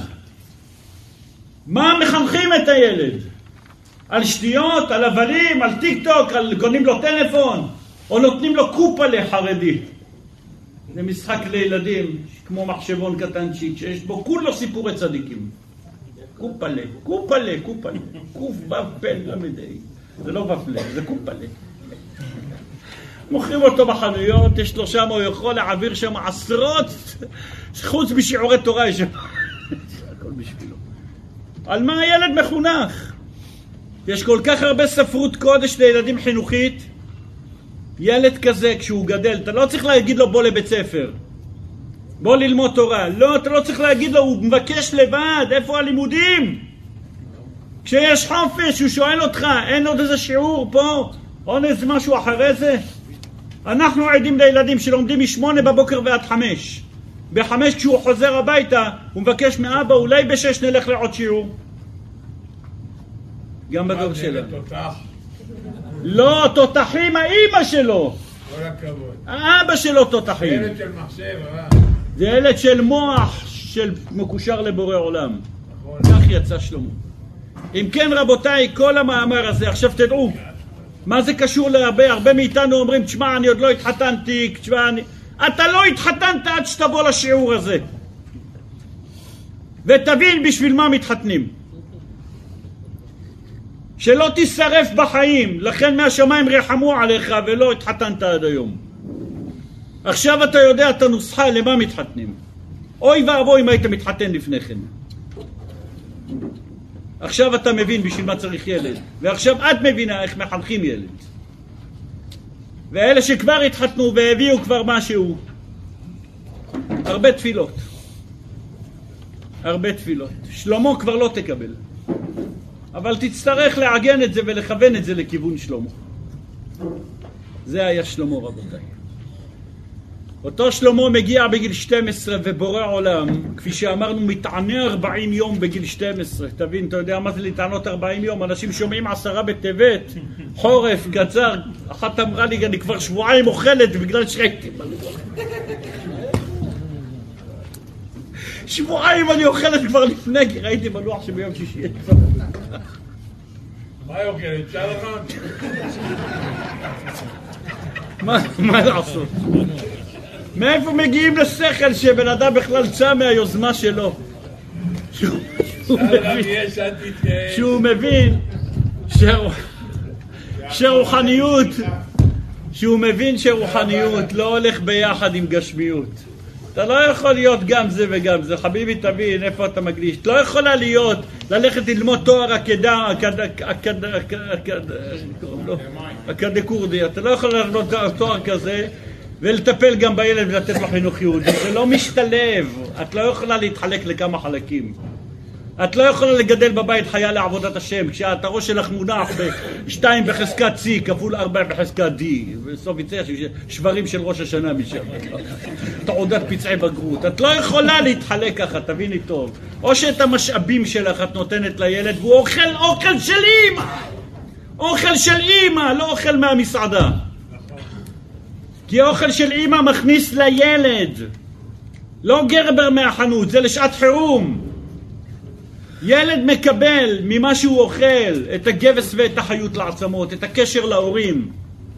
מה מחנכים את הילד? על שטויות, על הבלים, על טיק טוק, על קונים לו טלפון, או נותנים לו קופה לחרדי. זה משחק לילדים כמו מחשבון קטנצ'יק שיש בו כולו סיפורי צדיקים. קופלה, קופלה, קופלה, קוף בפל למדי. זה לא בפלה, זה קופלה. מוכרים אותו בחנויות, יש לו שם, הוא יכול להעביר שם עשרות, חוץ בשיעורי תורה יש שם. הכל בשבילו. על מה הילד מחונך? יש כל כך הרבה ספרות קודש לילדים חינוכית. ילד כזה כשהוא גדל, אתה לא צריך להגיד לו בוא לבית ספר, בוא ללמוד תורה. לא, אתה לא צריך להגיד לו, הוא מבקש לבד, איפה הלימודים? כשיש חופש, הוא שואל אותך, אין עוד איזה שיעור פה? עוד איזה משהו אחרי זה? אנחנו עדים לילדים שלומדים משמונה בבוקר ועד חמש. בחמש כשהוא חוזר הביתה, הוא מבקש מאבא, אולי בשש נלך לעוד שיעור. גם בדור שלנו. לא, תותחים האמא שלו. כל הכבוד. האבא שלו תותחים. זה ילד של מחשב, אה? זה ילד של מוח, של מקושר לבורא עולם. נכון. כך יצא שלמה. אם כן רבותיי, כל המאמר הזה, עכשיו תדעו, מה זה קשור להרבה? הרבה מאיתנו אומרים, תשמע, אני עוד לא התחתנתי, תשמע, אני... אתה לא התחתנת עד שתבוא לשיעור הזה. ותבין בשביל מה מתחתנים. שלא תישרף בחיים, לכן מהשמיים רחמו עליך ולא התחתנת עד היום. עכשיו אתה יודע את הנוסחה למה מתחתנים. אוי ואבוי אם היית מתחתן לפני כן. עכשיו אתה מבין בשביל מה צריך ילד, ועכשיו את מבינה איך מחנכים ילד. ואלה שכבר התחתנו והביאו כבר משהו, הרבה תפילות. הרבה תפילות. שלמה כבר לא תקבל. אבל תצטרך לעגן את זה ולכוון את זה לכיוון שלמה. זה היה שלמה, רבותיי. אותו שלמה מגיע בגיל שתים עשרה ובורא עולם, כפי שאמרנו, מתענה ארבעים יום בגיל שתים עשרה. תבין, אתה יודע מה זה להתענות ארבעים יום? אנשים שומעים עשרה בטבת, חורף, קצר. אחת אמרה לי, אני כבר שבועיים אוכלת בגלל שהייתי בלוח. שבועיים אני אוכלת כבר לפני, כי ראיתי בלוח שביום שישי. מה היא אוכלת? שאל לך? מה לעשות? מאיפה מגיעים לשכל שבן אדם בכלל צא מהיוזמה שלו? שהוא מבין שרוחניות, שהוא מבין שרוחניות לא הולך ביחד עם גשמיות. אתה לא יכול להיות גם זה וגם זה. חביבי, תבין איפה אתה מגליש. אתה לא יכולה להיות, ללכת ללמוד תואר אקדה, אקדקורדי. אתה לא יכול ללמוד תואר כזה ולטפל גם בילד ולתת לו חינוך יהודי. זה לא משתלב. את לא יכולה להתחלק לכמה חלקים. את לא יכולה לגדל בבית חיה לעבודת השם, כשהראש שלך מונח בשתיים בחזקת C כפול ארבע בחזקת D, בסוף יצא שברים של ראש השנה משם, תעודת פצעי בגרות. את לא יכולה להתחלק ככה, תביני טוב. או שאת המשאבים שלך את נותנת לילד והוא אוכל אוכל של אמא, אוכל של אמא, לא אוכל מהמסעדה, כי אוכל של אמא מכניס לילד, לא גרבר מהחנות, זה לשעת חירום. ילד מקבל ממה שהוא אוכל את הגבס ואת החיות לעצמות, את הקשר להורים.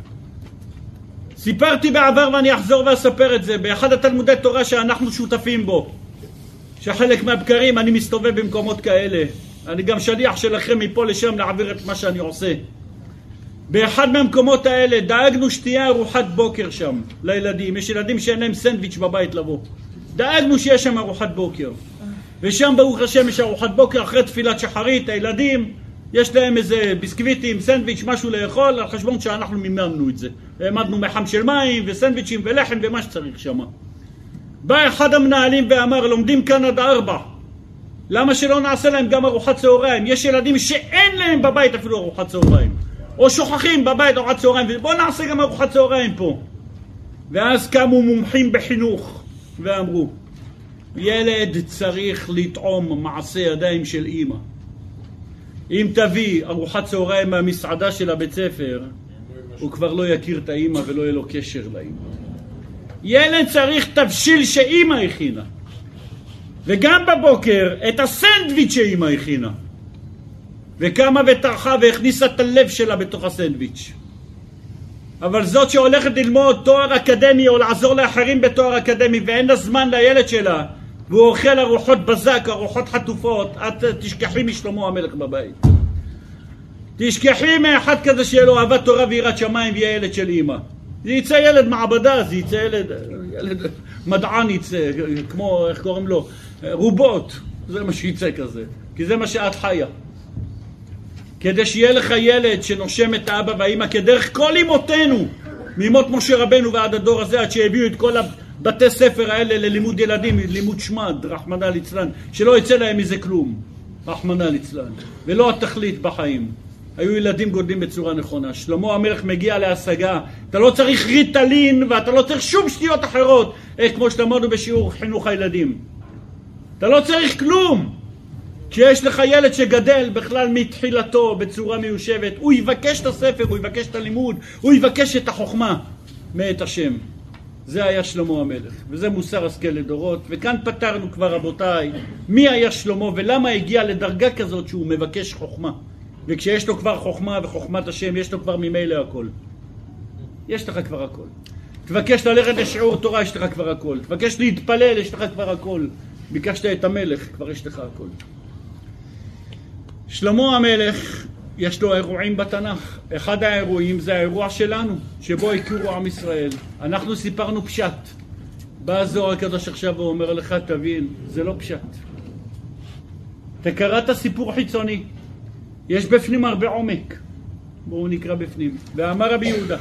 סיפרתי בעבר ואני אחזור ואספר את זה באחד התלמודי תורה שאנחנו שותפים בו, שחלק מהבקרים אני מסתובב במקומות כאלה, אני גם שליח שלכם מפה לשם להעביר את מה שאני עושה. באחד מהמקומות האלה דאגנו שתהיה ארוחת בוקר שם לילדים. יש ילדים שאין להם סנדוויץ' בבית לבוא, דאגנו שיש שם ארוחת בוקר, ושם ברוך השם יש ארוחת בוקר אחרי תפילת שחרית. הילדים יש להם איזה ביסקוויטים, סנדוויץ', משהו לאכול, על חשבון שאנחנו מימנו את זה. העמדנו מחם של מים וסנדוויצ'ים ולחם ומה שצריך שם. בא אחד המנהלים ואמר, לומדים כאן עד ארבע, למה שלא נעשה להם גם ארוחת צהריים? יש ילדים שאין להם בבית אפילו ארוחת צהריים, או שוכחים בבית ארוחת צהריים, ובוא נעשה גם ארוחת צהריים פה. ואז קמו מומחים בחינוך ואמרו, ילד צריך לטעום מעשה ידיים של אמא. אם תביא ארוחת צהריים מהמסעדה של הבית ספר, הוא כבר לא יכיר את האמא ולא יהיה לו קשר לאמא. ילד צריך תבשיל שאמא הכינה, וגם בבוקר את הסנדוויץ' שאמא הכינה, וקמה וטרחה והכניסה את הלב שלה בתוך הסנדוויץ'. אבל זאת שהולכת ללמוד תואר אקדמי או לעזור לאחרים בתואר אקדמי ואין לה זמן לילד שלה, והוא אוכל ארוחות בזק, ארוחות חטופות, את תשכחי משלמה המלך בבית. תשכחי מאחד כזה שיהיה לו אהבת תורה ויראת שמיים ויהיה ילד של אמא. זה יצא ילד מעבדה, זה יצא ילד, ילד מדען יצא, כמו, איך קוראים לו, רובוט. זה מה שיצא כזה, כי זה מה שאת חיה. כדי שיהיה לך ילד שנושם את האבא והאמא כדרך כל אמותינו, ממות משה רבנו ועד הדור הזה, עד שהביאו את כל הבתי ספר האלה ללימוד ילדים, לימוד שמד, רחמנא ליצלן, שלא יצא להם מזה כלום, רחמנא ליצלן, ולא התכלית בחיים. היו ילדים גודלים בצורה נכונה. שלמה המלך מגיע להשגה, אתה לא צריך ריטלין ואתה לא צריך שום שטויות אחרות, איך כמו שלמדנו בשיעור חינוך הילדים. אתה לא צריך כלום. כשיש לך ילד שגדל בכלל מתחילתו בצורה מיושבת, הוא יבקש את הספר, הוא יבקש את הלימוד, הוא יבקש את החוכמה מאת השם. זה היה שלמה המלך, וזה מוסר השכל לדורות. וכאן פתרנו כבר, רבותיי, מי היה שלמה ולמה הגיע לדרגה כזאת שהוא מבקש חוכמה. וכשיש לו כבר חוכמה וחוכמת השם, יש לו כבר ממילא הכל. יש לך כבר הכל. תבקש ללכת לשיעור תורה, יש לך כבר הכל. תבקש להתפלל, יש לך כבר הכל. ביקשת את המלך, כבר יש לך הכל. שלמה המלך, יש לו אירועים בתנ"ך. אחד האירועים זה האירוע שלנו, שבו הכירו עם ישראל. אנחנו סיפרנו פשט. בא הזוהר הקדוש עכשיו ואומר לך, תבין, זה לא פשט. אתה קראת סיפור חיצוני, יש בפנים הרבה עומק. בואו נקרא בפנים. ואמר רבי יהודה,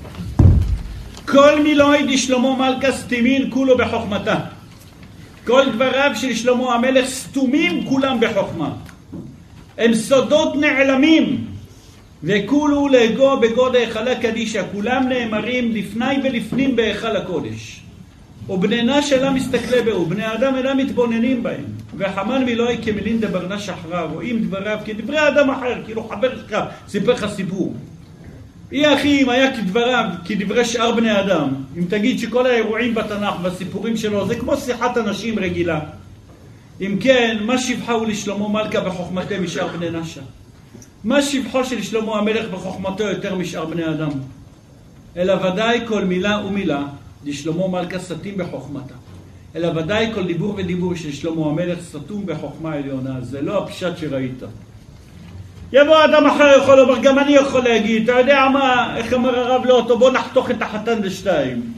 כל מילוי דשלמה מלכה סתימין כולו בחוכמתה. כל דבריו של שלמה המלך סתומים כולם בחוכמה. הם סודות נעלמים. וכולו להגו בגוד היכל הקדישה, כולם נאמרים לפני ולפנים בהיכל הקודש. ובני נש אינם מסתכלי בו, ובני האדם אינם מתבוננים בהם. וחמן מילוי כמילין דברנה שחרה, רואים דבריו כדברי אדם אחר, כאילו חבר שלך סיפר לך סיפור. אי אחי, אם היה כדבריו, כדברי שאר בני אדם, אם תגיד שכל האירועים בתנ"ך והסיפורים שלו זה כמו שיחת אנשים רגילה, אם כן, מה שבחו לשלמה מלכה בחוכמתו משאר בני נשה? מה שבחו של שלמה המלך בחוכמתו יותר משאר בני אדם? אלא ודאי כל מילה ומילה לשלמה מלכה סתים בחוכמתה. אלא ודאי כל דיבור ודיבור של שלמה המלך סתום בחוכמה עליונה. זה לא הפשט שראית. יבוא אדם אחר יכול לומר, גם אני יכול להגיד, אתה יודע מה, איך אמר הרב לאוטו, בוא נחתוך את החתן לשתיים.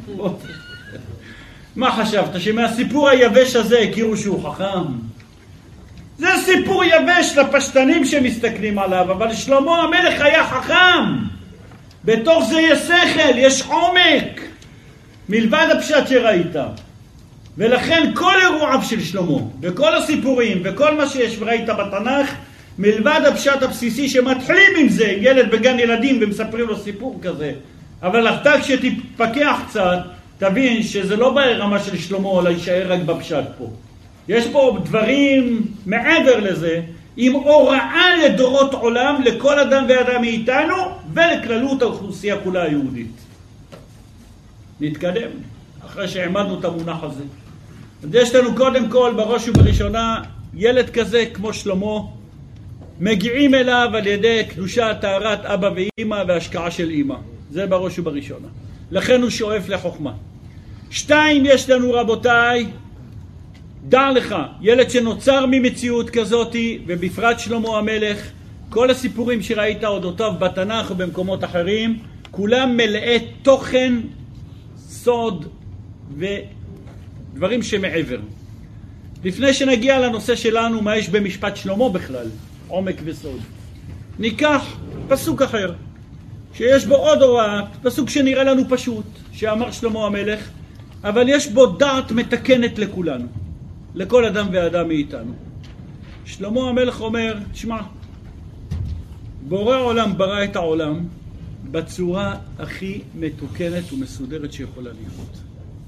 מה חשבת, שמהסיפור היבש הזה הכירו שהוא חכם? זה סיפור יבש לפשטנים שמסתכלים עליו, אבל שלמה המלך היה חכם. בתוך זה יש שכל, יש עומק, מלבד הפשט שראית. ולכן כל אירועיו של שלמה, וכל הסיפורים, וכל מה שיש וראית בתנ"ך, מלבד הפשט הבסיסי שמתחילים עם זה, ילד בגן ילדים ומספרים לו סיפור כזה. אבל אתה כשתתפקח קצת, תבין שזה לא ברמה של שלמה, אלא יישאר רק בפשט פה. יש פה דברים מעבר לזה, עם הוראה לדורות עולם, לכל אדם ואדם מאיתנו, ולכללות האוכלוסייה כולה היהודית. נתקדם, אחרי שהעמדנו את המונח הזה. אז יש לנו קודם כל, בראש ובראשונה, ילד כזה כמו שלמה, מגיעים אליו על ידי קדושה, טהרת אבא ואמא והשקעה של אמא. זה בראש ובראשונה. לכן הוא שואף לחוכמה. שתיים, יש לנו רבותיי, דע לך, ילד שנוצר ממציאות כזאת, ובפרט שלמה המלך, כל הסיפורים שראית אודותיו בתנ"ך ובמקומות אחרים, כולם מלאי תוכן, סוד ודברים שמעבר. לפני שנגיע לנושא שלנו, מה יש במשפט שלמה בכלל, עומק וסוד, ניקח פסוק אחר, שיש בו עוד הוראה, פסוק שנראה לנו פשוט, שאמר שלמה המלך, אבל יש בו דעת מתקנת לכולנו, לכל אדם ואדם מאיתנו. שלמה המלך אומר, שמע, בורא העולם ברא את העולם בצורה הכי מתוקנת ומסודרת שיכולה להיות.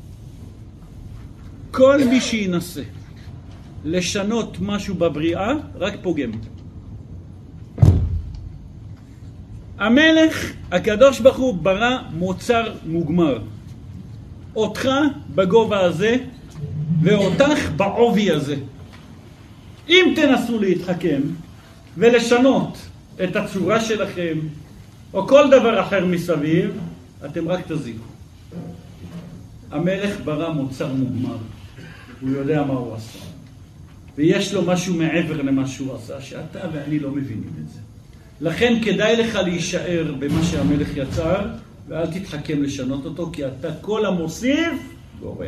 כל מי שינסה לשנות משהו בבריאה, רק פוגם. המלך, הקדוש ברוך הוא, ברא מוצר מוגמר. אותך בגובה הזה, ואותך בעובי הזה. אם תנסו להתחכם ולשנות את הצורה שלכם, או כל דבר אחר מסביב, אתם רק תזיקו. המלך ברא מוצר מוגמר. הוא יודע מה הוא עשה. ויש לו משהו מעבר למה שהוא עשה, שאתה ואני לא מבינים את זה. לכן כדאי לך להישאר במה שהמלך יצר, ואל תתחכם לשנות אותו, כי אתה כל המוסיף גורע.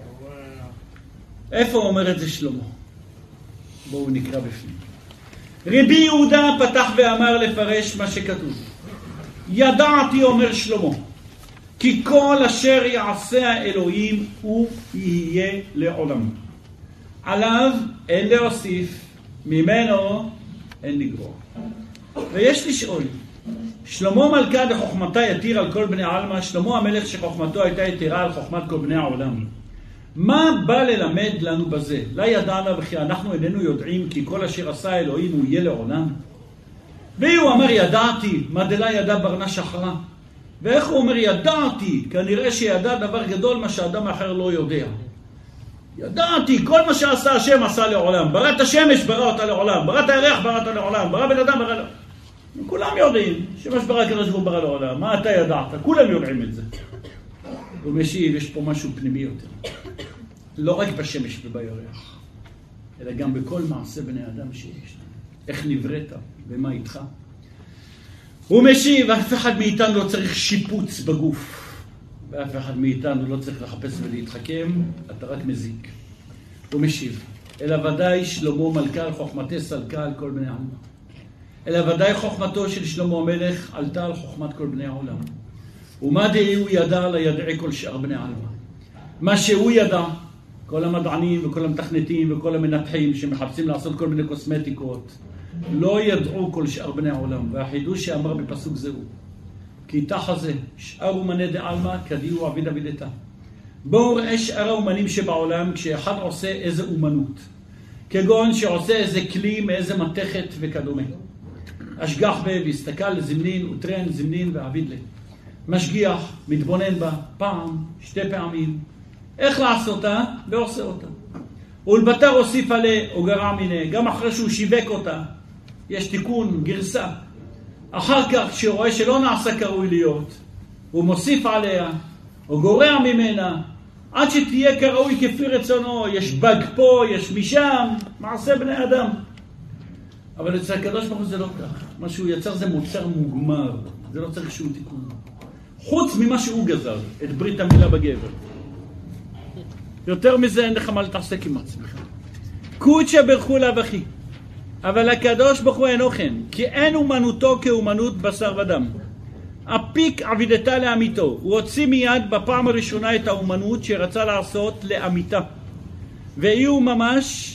איפה אומר את זה שלמה? בואו נקרא בפנים. רבי יהודה פתח ואמר לפרש מה שכתוב. ידעתי, אומר שלמה, כי כל אשר יעשה האלוהים הוא יהיה לעולם. עליו אין להוסיף, ממנו אין לגרוע. ויש לשאול, שלמה מלכה דחוכמתה יתיר על כל בני העלמא, שלמה המלך שחוכמתו הייתה יתירה על חוכמת כל בני העולם. מה בא ללמד לנו בזה? לא ידענה וכי אנחנו איננו יודעים כי כל אשר עשה אלוהים הוא יהיה לעולם. והוא אמר ידעתי, מה דלה ידע ברנה שחרה. ואיך הוא אומר ידעתי? כנראה שידע דבר גדול מה שאדם אחר לא יודע. ידעתי, כל מה שעשה השם עשה לעולם. ברא את השמש, ברא אותה לעולם. ברא את הירח, ברא אותה לעולם. ברא בן אדם, ברא לעולם. כולם יודעים שמה שברא הקדוש ברוך הוא ברא לעולם. מה אתה ידעת? כולם יודעים את זה. ומשיב, יש פה משהו פנימי יותר. לא רק בשמש ובירח, אלא גם בכל מעשה בני אדם שיש לנו. איך נבראת ומה איתך. הוא משיב, אף אחד מאיתנו לא צריך שיפוץ בגוף. ואף אחד מאיתנו לא צריך לחפש ולהתחכם, אתה רק מזיק. הוא משיב, אלא ודאי שלמה מלכה על חוכמתה סלקה על כל בני העולם. אלא ודאי חוכמתו של שלמה המלך עלתה על חוכמת כל בני העולם. ומה דהי הוא ידע לידעי כל שאר בני העולם. מה שהוא ידע, כל המדענים וכל המתכנתים וכל המנתחים שמחפשים לעשות כל מיני קוסמטיקות, לא ידעו כל שאר בני העולם. והחידוש שאמר בפסוק זהו, כי תחה זה שאר אומני דעלמא כדיהו עביד עבידתה. בואו ראה שאר האומנים שבעולם כשאחד עושה איזה אומנות, כגון שעושה איזה כלי מאיזה מתכת וכדומה. השגח בה והסתכל זמנין וטרן זמנין ועביד לה. משגיח, מתבונן בה פעם, שתי פעמים, איך לעשותה ועושה אותה. ולבטר הוסיף עליה או גרע מיניה, גם אחרי שהוא שיווק אותה, יש תיקון, גרסה. אחר כך כשרואה שלא נעשה כראוי להיות, הוא מוסיף עליה או גורע ממנה, עד שתהיה כראוי כפי רצונו. יש בג פה, יש משם, מעשה בני אדם. אבל אצל הקדוש ברוך הוא זה לא כך. מה שהוא יצר זה מוצר מוגמר, זה לא צריך שום תיקון. חוץ ממה שהוא גזר, את ברית המילה בגבר. יותר מזה אין לך מה להתעסק עם עצמך. קודשא ברכו לאו אחי. אבל הקדוש ברוך הוא אינו כן, כי אין אומנותו כאומנות בשר ודם. הפיק עבידתה לאמיתו. הוא הוציא מיד בפעם הראשונה את האומנות שרצה לעשות לאמיתה. והיא הוא ממש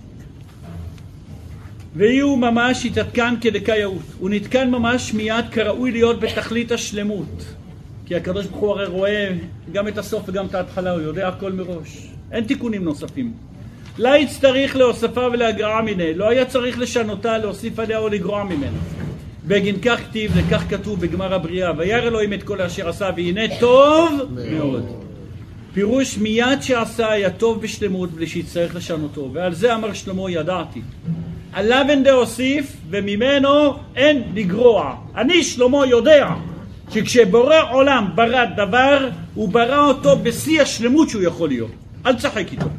והיא הוא ממש התעדכן כדקאיות. הוא נתקן ממש מיד כראוי להיות בתכלית השלמות. כי הקדוש ברוך הוא הרי רואה גם את הסוף וגם את ההתחלה, הוא יודע הכל מראש. אין תיקונים נוספים. לא יצטריך להוספה ולהגרעה מנה, לא היה צריך לשנותה, להוסיף עליה או לגרוע ממנה. בגין כך כתיב, וכך כתוב בגמר הבריאה, וירא אלוהים את כל אשר עשה, והנה טוב מאוד. פירוש מיד שעשה היה טוב בשלמות בלי שיצטרך לשנותו, ועל זה אמר שלמה ידעתי. עליו אין דהוסיף וממנו אין לגרוע. אני שלמה יודע שכשבורא עולם ברא דבר, הוא ברא אותו בשיא השלמות שהוא יכול להיות. אל תשחק איתו.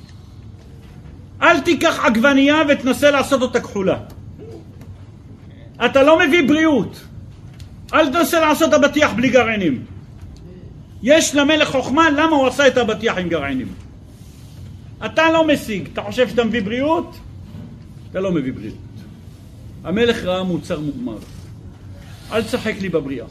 אל תיקח עגבנייה ותנסה לעשות אותה כחולה. אתה לא מביא בריאות. אל תנסה לעשות הבטיח בלי גרעינים. יש למלך חוכמה למה הוא עשה את הבטיח עם גרעינים. אתה לא משיג. אתה חושב שאתה מביא בריאות? אתה לא מביא בריאות. המלך ראה מוצר מוגמר. אל תשחק לי בבריאה.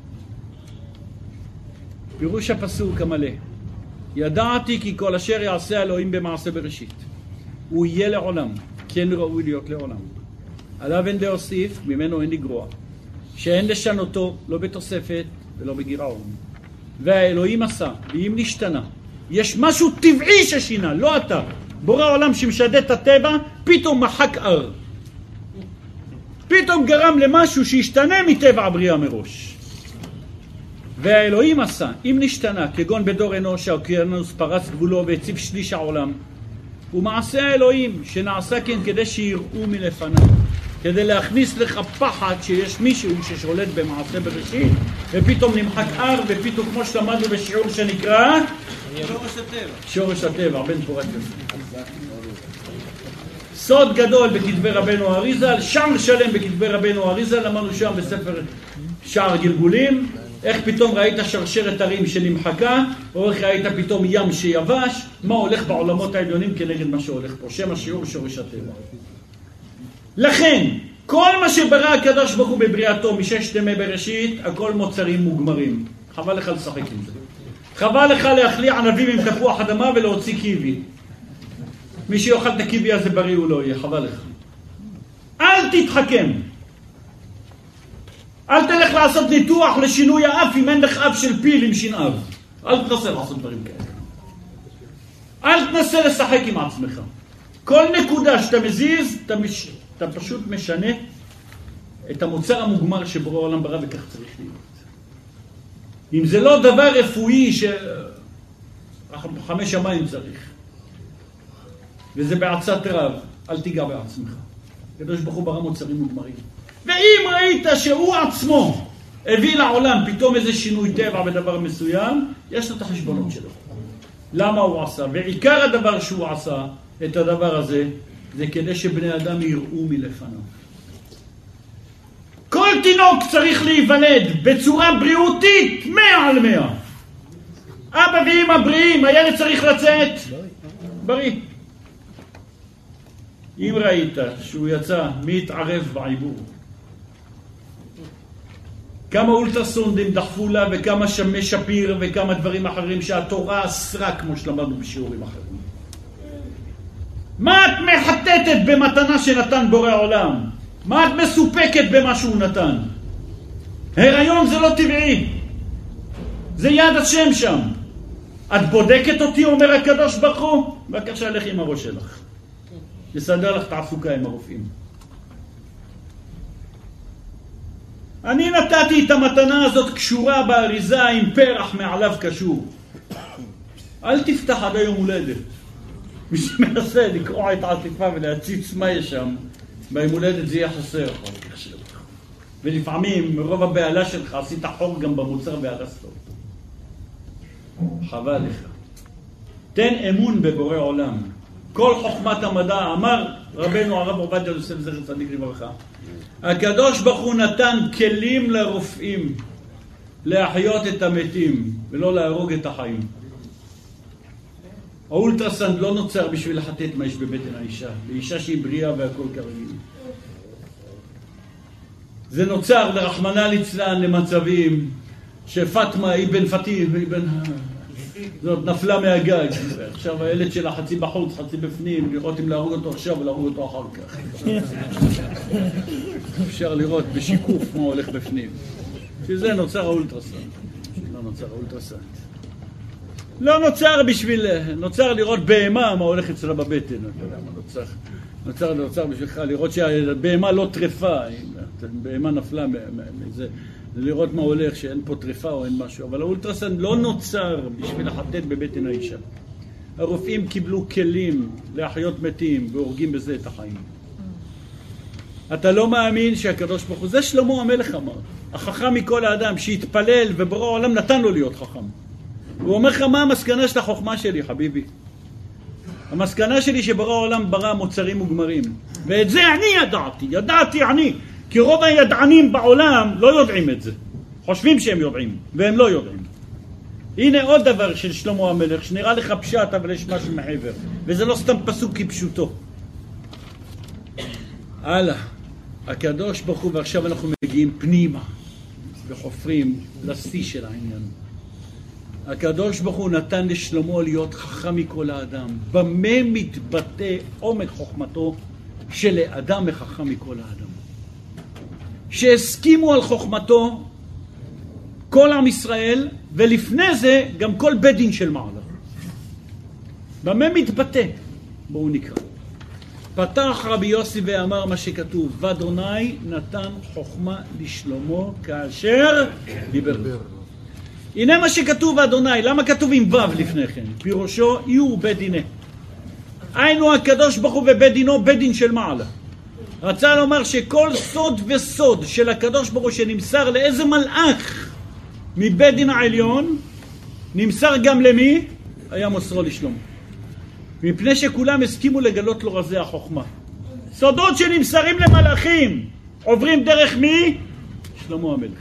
פירוש הפסוק המלא, ידעתי כי כל אשר יעשה אלוהים במעשה בראשית הוא יהיה לעולם, כי אין ראוי להיות לעולם. עליו אין להוסיף, ממנו אין לגרוע, שאין לשנותו לא בתוספת ולא בגירעון. והאלוהים עשה, ואם נשתנה יש משהו טבעי ששינה, לא אתה. בורא עולם שמשדד את הטבע פתאום מחק אר, פתאום גרם למשהו שישתנה מטבע הבריאה מראש. והאלוהים עשה, אם נשתנה, כגון בדור אנוש האוקיינוס פרץ גבולו והציב שליש העולם, ומעשה האלוהים שנעשה כן כדי שיראו מלפניו, כדי להכניס לך פחד שיש מישהו ששולט במעשה בראשית, ופתאום נמחק אר, ופתאום כמו שלמדנו בשיעור שנקרא שורש הטבע, שורש הטבע, בן פורת יוסף. סוד גדול בכתבי רבנו אריז"ל, שער שלם בכתבי רבנו אריז"ל, למדנו שם בספר שער גלגולים, איך פתאום ראית שרשרת הרים שנמחקה, או איך ראית פתאום ים שיבש, מה הולך בעולמות העליונים כנגד מה שהולך פה. שם השיעור שורש הטבע. לכן, כל מה שברא הקדוש ברוך הוא בבריאתו מששת ימי בראשית, הכל מוצרים מוגמרים. חבל לך לשחק עם זה. חבל לך להחליע ענבים עם תפוח אדמה ולהוציא קיבי. מי שיאכל את הקיבי הזה בריא הוא לא יהיה, חבל לך. אל תתחכם. אל תלך לעשות ניתוח לשינוי האף אם אין לך אף של פיל עם שינאב. אל תנסה לעשות דברים כאלה. אל תנסה לשחק עם עצמך. כל נקודה שאתה מזיז, אתה, מש... אתה פשוט משנה את המוצר המוגמר שבורא העולם ברא, וכך צריך להיות. אם זה לא דבר רפואי שחמש שמיים צריך, וזה בעצת רב, אל תיגע בעצמך. הקדוש ברוך הוא ברא מוצרים מוגמרים. ואם ראית שהוא עצמו הביא לעולם פתאום איזה שינוי טבע בדבר מסוים, יש לו את החשבונות שלו. למה הוא עשה? ועיקר הדבר שהוא עשה, את הדבר הזה, זה כדי שבני אדם יראו מלפניו. כל תינוק צריך להיוולד בצורה בריאותית, מאה על מאה. אבא ואמא בריאים, הילד צריך לצאת בריא. אם ראית שהוא יצא, מי התערב בעיבור? כמה אולטרסונדים דחפו לה וכמה שמי שפיר וכמה דברים אחרים שהתורה אסרה כמו שלמדנו בשיעורים אחרים. מה את מחטטת במתנה שנתן בורא עולם? מה את מסופקת במה שהוא נתן? הריון זה לא טבעי, זה יד השם שם. את בודקת אותי, אומר הקדוש ברוך הוא? בבקשה, לך עם הראש שלך, יסדר לך תעסוקה עם הרופאים. אני נתתי את המתנה הזאת קשורה באריזה עם פרח מעליו קשור. אל תפתח עד היום הולדת. מי שמנסה לקרוע את העטיפה ולהציץ מה יש שם, ביום הולדת זה יהיה חסר. ולפעמים מרוב הבעלה שלך עשית חור גם במוצר והרסת אותו. חבל לך. תן אמון בבורא עולם. כל חוכמת המדע, אמר רבנו הרב עובדיה יוסף זכר צדיק לברכה, הקדוש ברוך הוא נתן כלים לרופאים להחיות את המתים ולא להרוג את החיים. האולטרסנד לא נוצר בשביל לחטט מה יש בבטן האישה, לאישה שהיא בריאה והכל כרגיל. זה נוצר לרחמנא ליצלן למצבים שפטמה אבן פתיל אבן זאת נפלה מהגג, עכשיו הילד שלה חצי בחוץ חצי בפנים, לראות אם להרוג אותו עכשיו ולהרוג אותו אחר כך. אפשר לראות בשיקוף מה הולך בפנים. שזה נוצר האולטרסנד. לא נוצר האולטרסנד. לא נוצר בשביל, נוצר לראות בהמה מה הולך אצלה בבטן. אתה יודע מה נוצר? נוצר, נוצר בשבילך לראות שהבהמה לא טרפה, בהמה נפלה מזה. לראות מה הולך, שאין פה טריפה או אין משהו. אבל האולטרסנד לא נוצר בשביל לחטט בבטן האישה. הרופאים קיבלו כלים להחיות מתים והורגים בזה את החיים. אתה לא מאמין שהקדוש ברוך הוא, זה שלמה המלך אמר, החכם מכל האדם שהתפלל ובורא העולם נתן לו להיות חכם. הוא אומר לך מה המסקנה של החוכמה שלי, חביבי? המסקנה שלי שבורא העולם ברא מוצרים וגמרים. ואת זה אני ידעתי, ידעתי אני. כי רוב הידענים בעולם לא יודעים את זה. חושבים שהם יודעים, והם לא יודעים. הנה עוד דבר של שלמה המלך, שנראה לך פשט, אבל יש משהו מחבר. וזה לא סתם פסוק כפשוטו. הלאה. הקדוש ברוך הוא, ועכשיו אנחנו מגיעים פנימה, וחופרים לשיא של העניין. הקדוש ברוך הוא נתן לשלמה להיות חכם מכל האדם. במה מתבטא עומק חוכמתו של האדם החכם מכל האדם? שהסכימו על חוכמתו כל עם ישראל, ולפני זה גם כל בית דין של מעלה. במה מתבטא? בואו נקרא. פתח רבי יוסי ואמר מה שכתוב, ואדוני נתן חוכמה לשלמה כאשר דיבר. הנה מה שכתוב ואדוני. למה כתוב עם וו לפני כן? פירושו יהיו בית דיני. היינו הקדוש ברוך הוא ובית דינו בית דין של מעלה. רצה לומר שכל סוד וסוד של הקדוש ברוך הוא שנמסר לאיזה מלאך מבית דין העליון, נמסר גם למי? היה מוסרו לשלמה. מפני שכולם הסכימו לגלות לו רזי החוכמה. סודות שנמסרים למלאכים עוברים דרך מי? שלמה המלך.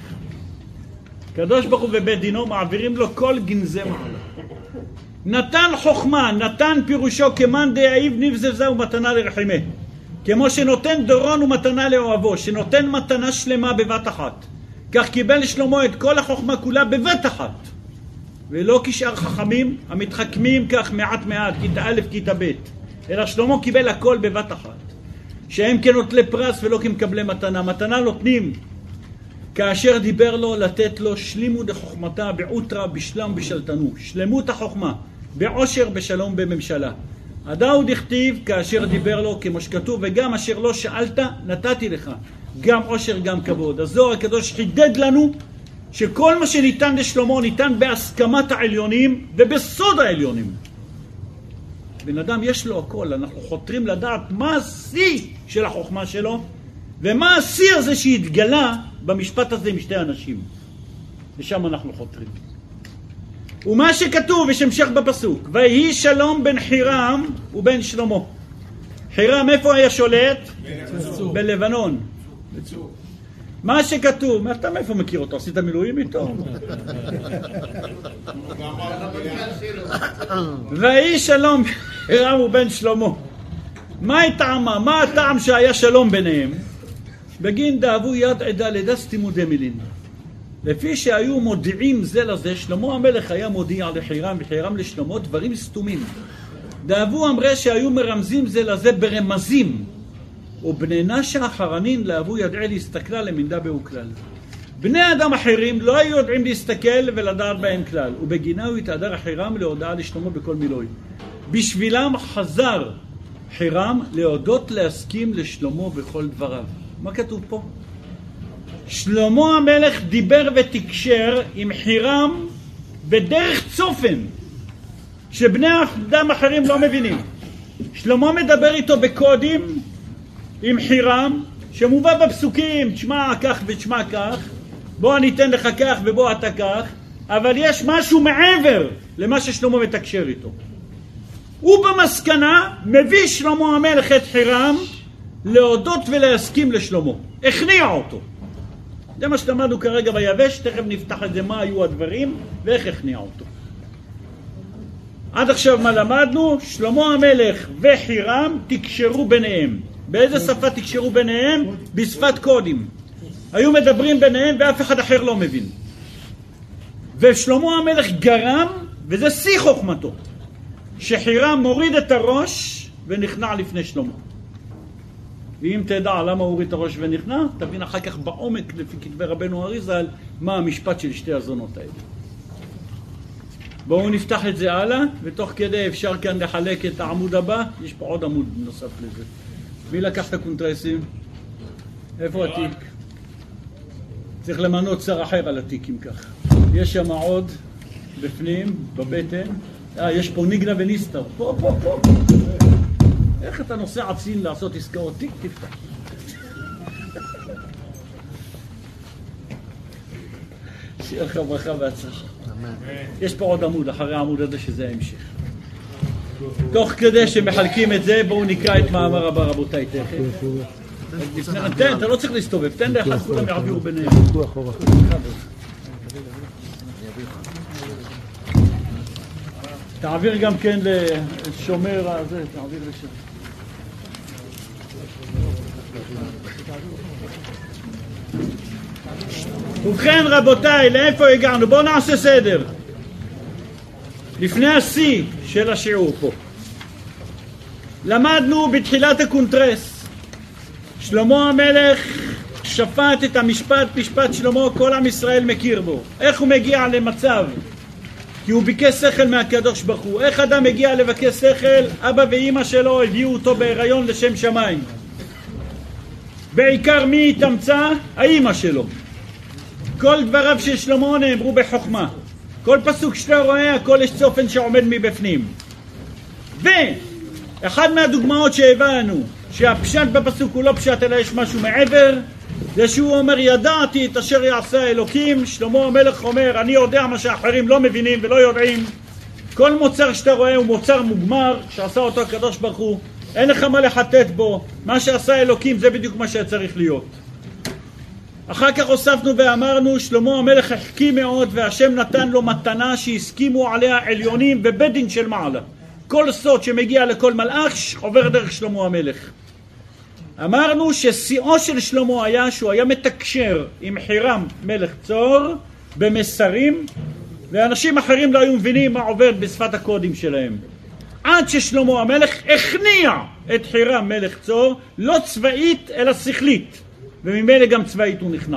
הקדוש ברוך הוא ובית דינו מעבירים לו כל גנזי מעלה. נתן חוכמה, נתן פירושו כמאן דאיב נבזזה ומתנה לרחימה. כמו שנותן דורון ומתנה לאוהבו, שנותן מתנה שלמה בבת אחת. כך קיבל שלמה את כל החוכמה כולה בבת אחת. ולא כשאר חכמים המתחכמים כך מעט מעט, כיתה א' כיתה ב'. אלא שלמה קיבל הכל בבת אחת. שהם כנוטלי פרס ולא כמקבלי מתנה. מתנה נותנים כאשר דיבר לו לתת לו שלימו דחוכמתה בעוטרה בשלם בשלטנו. שלמות החוכמה בעושר בשלום בממשלה. הדאוד הכתיב כאשר דיבר לו כמו שכתוב, וגם אשר לא שאלת נתתי לך, גם עושר גם כבוד. הזוהר הקדוש חידד לנו שכל מה שניתן לשלמה ניתן בהסכמת העליונים ובסוד העליונים. בן אדם יש לו הכל, אנחנו חותרים לדעת מה השיא של החוכמה שלו, ומה השיא הזה שהתגלה במשפט הזה עם שתי אנשים. ושם אנחנו חותרים. ומה שכתוב ושמשך בפסוק, ויהי שלום בין חירם ובין שלמה. חירם איפה היה שולט? בלבנון. מה שכתוב, אתה מאיפה מכיר אותו? עשית מילואים איתו? ויהי שלום חירם ובין שלמה. מה טעמה? מה הטעם שהיה שלום ביניהם? בגין דאבו יד עדה לדס תימודי מילין. לפי שהיו מודיעים זה לזה, שלמה המלך היה מודיע לחירם וחירם לשלמה דברים סתומים. דאבו אמרה שהיו מרמזים זה לזה ברמזים. ובני נשה אחרנין לאבו ידעה להסתכלה למנדה באו כלל. בני אדם אחרים לא היו יודעים להסתכל ולדעת בהם כלל. ובגינה הוא התהדר החירם להודעה לשלמה בכל מילוי. בשבילם חזר חירם להודות להסכים לשלמה בכל דבריו. מה כתוב פה? שלמה המלך דיבר ותקשר עם חירם בדרך צופן שבני אדם אחרים לא מבינים. שלמה מדבר איתו בקודים עם חירם שמובא בפסוקים, תשמע כך ותשמע כך, בוא אני אתן לך כך ובוא אתה כך, אבל יש משהו מעבר למה ששלמה מתקשר איתו. ובמסקנה מביא שלמה המלך את חירם להודות ולהסכים לשלמה. הכניע אותו. זה מה שלמדנו כרגע ביבש, תכף נפתח את זה מה היו הדברים ואיך הכניע אותו. עד עכשיו מה למדנו? שלמה המלך וחירם תקשרו ביניהם. באיזה שפה תקשרו ביניהם? בשפת קודים. היו מדברים ביניהם ואף אחד אחר לא מבין. ושלמה המלך גרם, וזה שיא חוכמתו, שחירם מוריד את הראש ונכנע לפני שלמה. ואם תדע למה הוא הוריד את הראש ונכנע, תבין אחר כך בעומק לפי כתבי רבנו אריז"ל מה המשפט של שתי הזונות האלה. בואו נפתח את זה הלאה, ותוך כדי אפשר כאן לחלק את העמוד הבא. יש פה עוד עמוד נוסף לזה. מי לקח את הקונטרסים? איפה התיק? צריך למנות שר אחר על התיק אם כך. יש שם עוד בפנים, בבטן. אה, יש פה ניגנה וניסטר. פה, פה, פה. איך אתה נוסע עצין לעשות עסקאות? תיק, תפתח. שיהיה לך ברכה והצלחה. יש פה עוד עמוד, אחרי העמוד הזה שזה ההמשך. תוך כדי שמחלקים את זה, בואו נקרא את מאמר הבא רבותיי תכף. תן, אתה לא צריך להסתובב, תן לאחד כולם יעבירו ביניהם. תעביר גם כן לשומר הזה, תעביר לשם. ובכן רבותיי, לאיפה הגענו? בואו נעשה סדר. לפני השיא של השיעור פה. למדנו בתחילת הקונטרס. שלמה המלך שפט את המשפט, משפט שלמה, כל עם ישראל מכיר בו. איך הוא מגיע למצב? כי הוא ביקש שכל מהקדוש ברוך הוא. איך אדם מגיע לבקש שכל? אבא ואמא שלו הביאו אותו בהיריון לשם שמיים. בעיקר מי התאמצה? האמא שלו. כל דבריו של שלמה נאמרו בחוכמה. כל פסוק שאתה רואה, הכל יש צופן שעומד מבפנים. ואחד מהדוגמאות שהבאנו, שהפשט בפסוק הוא לא פשט אלא יש משהו מעבר, זה שהוא אומר ידעתי את אשר יעשה האלוקים. שלמה המלך אומר אני יודע מה שאחרים לא מבינים ולא יודעים. כל מוצר שאתה רואה הוא מוצר מוגמר שעשה אותו הקדוש ברוך הוא, אין לך מה לחטט בו. מה שעשה האלוקים זה בדיוק מה שצריך להיות. אחר כך הוספנו ואמרנו שלמה המלך החכי מאוד והשם נתן לו מתנה שהסכימו עליה עליונים ובית דין של מעלה. כל סוד שמגיע לכל מלאך עובר דרך שלמה המלך. אמרנו ששיאו של שלמה היה שהוא היה מתקשר עם חירם מלך צור במסרים, ואנשים אחרים לא היו מבינים מה עובר בשפת הקודים שלהם. עד ששלמה המלך הכניע את חירם מלך צור, לא צבאית אלא שכלית, וממילא גם צבאית הוא נכנע.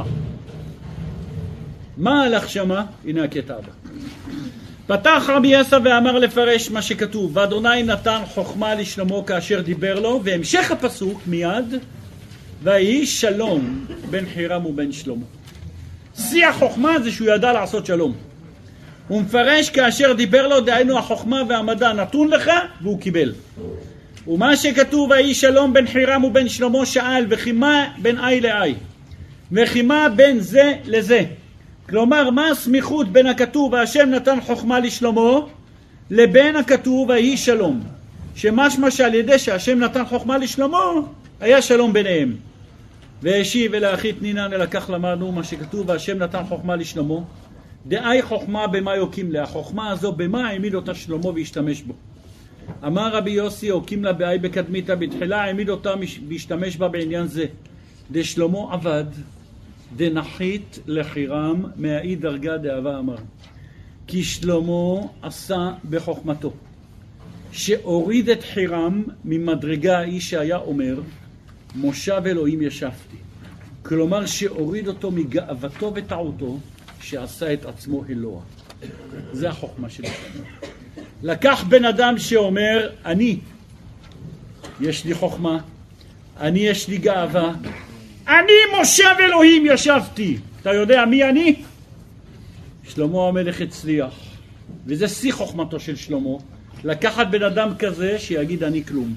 מה הלך שמה? הנה הקטע הבא. פתח רבי יסא ואמר לפרש מה שכתוב, ואדוני נתן חוכמה לשלמה כאשר דיבר לו, והמשך הפסוק מיד, ויהי שלום בין חירם ובין שלמה. שיא החוכמה זה שהוא ידע לעשות שלום. הוא מפרש כאשר דיבר לו, דהיינו החוכמה והמדע נתון לך, והוא קיבל. ומה שכתוב ויהי שלום בין חירם ובין שלמה, שאל וכימה בין אי לאי, וכימה בין זה לזה. כלומר, מה הסמיכות בין הכתוב והשם נתן חוכמה לשלמה לבין הכתוב ויהי שלום? שמשמע שעל ידי שהשם נתן חוכמה לשלמה היה שלום ביניהם. והשיב אל האחי תנינן, אלא כך למדנו מה שכתוב והשם נתן חוכמה לשלמה, דאי חוכמה במה יוקים לה. החוכמה הזו במה העמיד אותה שלמה והשתמש בו. אמר רבי יוסי, הוקים לה באי בקדמיתא, בתחילה העמיד אותה בהשתמש בה בעניין זה. דשלמה עבד, דנחית לחירם, מהאי דרגה דאבה אמר. כי שלמה עשה בחוכמתו, שהוריד את חירם ממדרגה האיש שהיה אומר, מושב אלוהים ישבתי. כלומר שהוריד אותו מגאוותו וטעותו, שעשה את עצמו אלוה. זה החוכמה שלנו. לקח בן אדם שאומר, אני, יש לי חוכמה, אני יש לי גאווה, אני מושב אלוהים ישבתי. אתה יודע מי אני? שלמה המלך הצליח, וזה שיא חוכמתו של שלמה, לקחת בן אדם כזה שיגיד אני כלום.